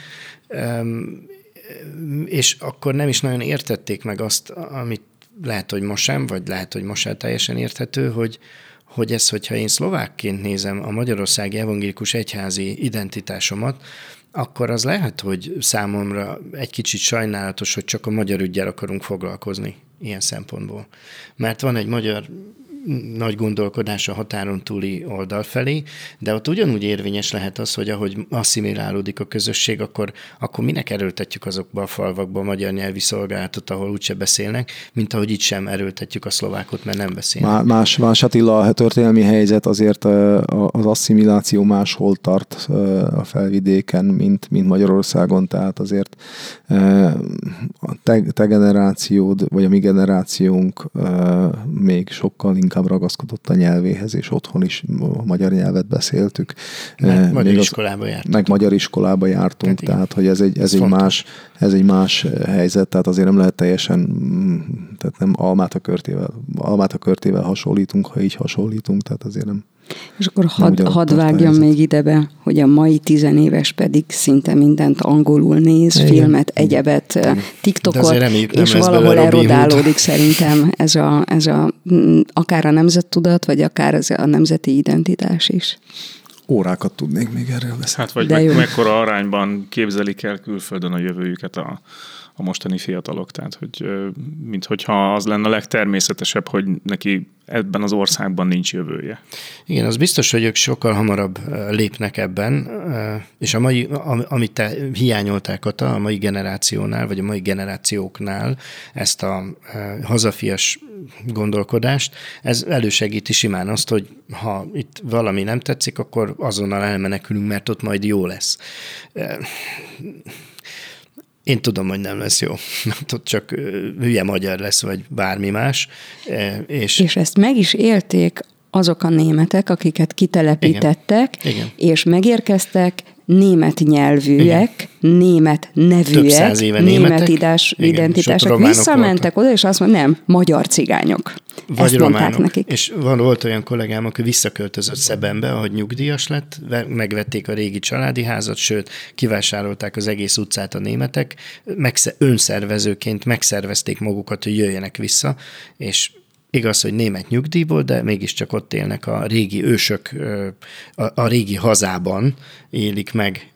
és akkor nem is nagyon értették meg azt, amit lehet, hogy most sem, vagy lehet, hogy most sem teljesen érthető, hogy ez, hogyha én szlovákként nézem a magyarországi evangélikus egyházi identitásomat, akkor az lehet, hogy számomra egy kicsit sajnálatos, hogy csak a magyar üggyel akarunk foglalkozni ilyen szempontból. Mert van egy magyar nagy gondolkodás a határon túli oldal felé, de ott ugyanúgy érvényes lehet az, hogy ahogy asszimilálódik a közösség, akkor minek erőltetjük azokba a falvakba a magyar nyelvi szolgálatot, ahol úgyse beszélnek, mint ahogy itt sem erőltetjük a szlovákot, mert nem beszélnek. Más Attila, a történelmi helyzet azért az asszimiláció máshol tart a felvidéken, mint Magyarországon, tehát azért a te generációd, vagy a mi generációnk még sokkal inkább ragaszkodott a nyelvéhez, és otthon is a magyar nyelvet beszéltük. Meg magyar iskolába jártunk. Meg magyar iskolába jártunk, tehát hogy ez egy más helyzet, tehát azért nem lehet teljesen, tehát nem almát a körtével hasonlítunk, ha így hasonlítunk, tehát azért nem. És akkor hadd vágjam még idebe, hogy a mai 10 éves pedig szinte mindent angolul néz, igen, filmet, egyebet, TikTokot, és valahol erodálódik szerintem ez a akár a nemzettudat, vagy akár a nemzeti identitás is. Órákat tudnék még erről beszélni. Hát vagy mekkora arányban képzelik el külföldön a jövőjüket a mostani fiatalok, tehát hogy minthogyha az lenne a legtermészetesebb, hogy neki ebben az országban nincs jövője. Igen, az biztos, hogy ők sokkal hamarabb lépnek ebben, és amit te hiányoltál, Kata, a mai generációnál, vagy a mai generációknál ezt a hazafias gondolkodást, ez elősegíti simán azt, hogy ha itt valami nem tetszik, akkor azonnal elmenekülünk, mert ott majd jó lesz. Én tudom, hogy nem lesz jó, mert ott csak hülye magyar lesz, vagy bármi más. És ezt meg is élték azok a németek, akiket kitelepítettek, Igen. És megérkeztek német nyelvűek, igen. Német nevűek, német identitások. Visszamentek oda, és azt mondták, nem, magyar cigányok. Vagy ezt románok. Nekik. És volt olyan kollégám, aki visszaköltözött Szebenbe, ahogy nyugdíjas lett, megvették a régi családi házat, sőt, kivásárolták az egész utcát a németek, önszervezőként megszervezték magukat, hogy jöjjenek vissza, és igaz, hogy német nyugdíjból, de mégiscsak ott élnek a régi ősök, a régi hazában élik meg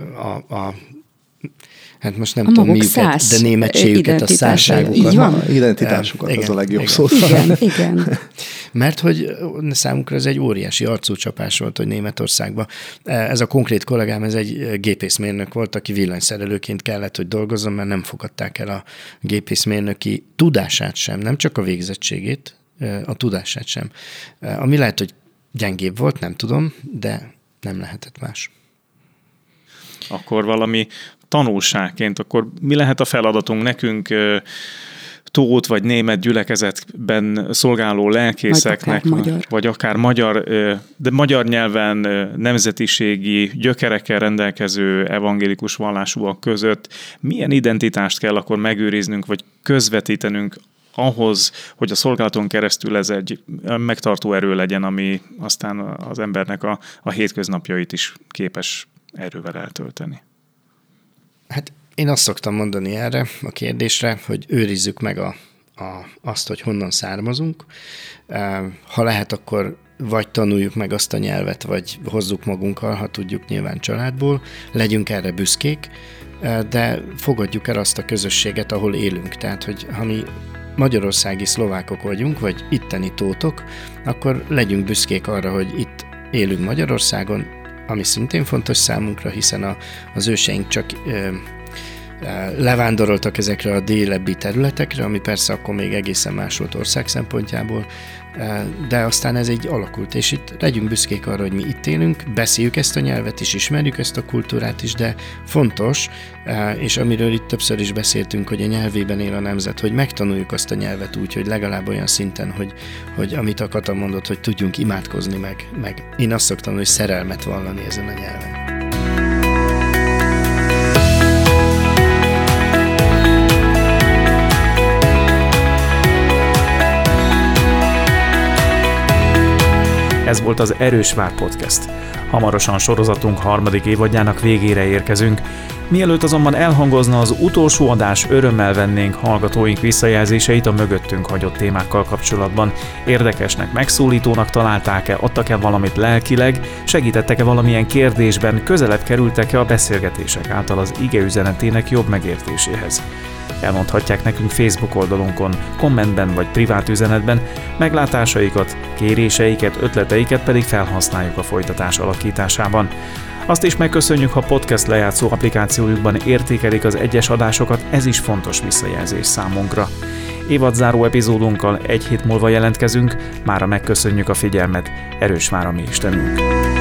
hát most nem tudom miüket, de németségüket, a szárságukat. Identitásukat, az a legjobb szó. Igen. Mert hogy számukra ez egy óriási arcúcsapás volt, hogy Németországban. Ez a konkrét kollégám, ez egy gépészmérnök volt, aki villanyszerelőként kellett, hogy dolgozzon, mert nem fogadták el a gépészmérnöki tudását sem, nem csak a végzettségét, a tudását sem. Ami lehet, hogy gyengébb volt, nem tudom, de nem lehetett más. Akkor valami tanulságként, akkor mi lehet a feladatunk nekünk tót vagy német gyülekezetben szolgáló lelkészeknek, vagy akár magyar, de magyar nyelven nemzetiségi gyökerekkel rendelkező evangélikus vallásúak között milyen identitást kell akkor megőriznünk, vagy közvetítenünk ahhoz, hogy a szolgálaton keresztül ez egy megtartó erő legyen, ami aztán az embernek a hétköznapjait is képes erővel eltölteni? Hát én azt szoktam mondani erre a kérdésre, hogy őrizzük meg azt, hogy honnan származunk. Ha lehet, akkor vagy tanuljuk meg azt a nyelvet, vagy hozzuk magunkkal, ha tudjuk, nyilván családból. Legyünk erre büszkék, de fogadjuk el azt a közösséget, ahol élünk. Tehát, hogy ha mi magyarországi szlovákok vagyunk, vagy itteni tótok, akkor legyünk büszkék arra, hogy itt élünk Magyarországon, ami szintén fontos számunkra, hiszen az őseink csak levándoroltak ezekre a délebbi területekre, ami persze akkor még egészen más volt ország szempontjából, de aztán ez így alakult, és itt legyünk büszkék arra, hogy mi itt élünk, beszéljük ezt a nyelvet is, ismerjük ezt a kultúrát is, de fontos, és amiről itt többször is beszéltünk, hogy a nyelvében él a nemzet, hogy megtanuljuk azt a nyelvet úgy, hogy legalább olyan szinten, hogy amit a Kata mondott, hogy tudjunk imádkozni meg én azt szoktam, hogy szerelmet vallani ezen a nyelven. Ez volt az Erős Vár Podcast. Hamarosan sorozatunk 3. évadjának végére érkezünk. Mielőtt azonban elhangozna az utolsó adás, örömmel vennénk hallgatóink visszajelzéseit a mögöttünk hagyott témákkal kapcsolatban. Érdekesnek, megszólítónak találták-e, adtak-e valamit lelkileg, segítettek-e valamilyen kérdésben, közelebb kerültek-e a beszélgetések által az ige üzenetének jobb megértéséhez. Elmondhatják nekünk Facebook oldalunkon, kommentben vagy privát üzenetben, meglátásaikat, kéréseiket, ötleteiket pedig felhasználjuk a folytatás alakításában. Azt is megköszönjük, ha podcast lejátszó applikációjukban értékelik az egyes adásokat, ez is fontos visszajelzés számunkra. Évadzáró epizódunkkal egy hét múlva jelentkezünk, mára megköszönjük a figyelmet, erős vár a mi Istenünk!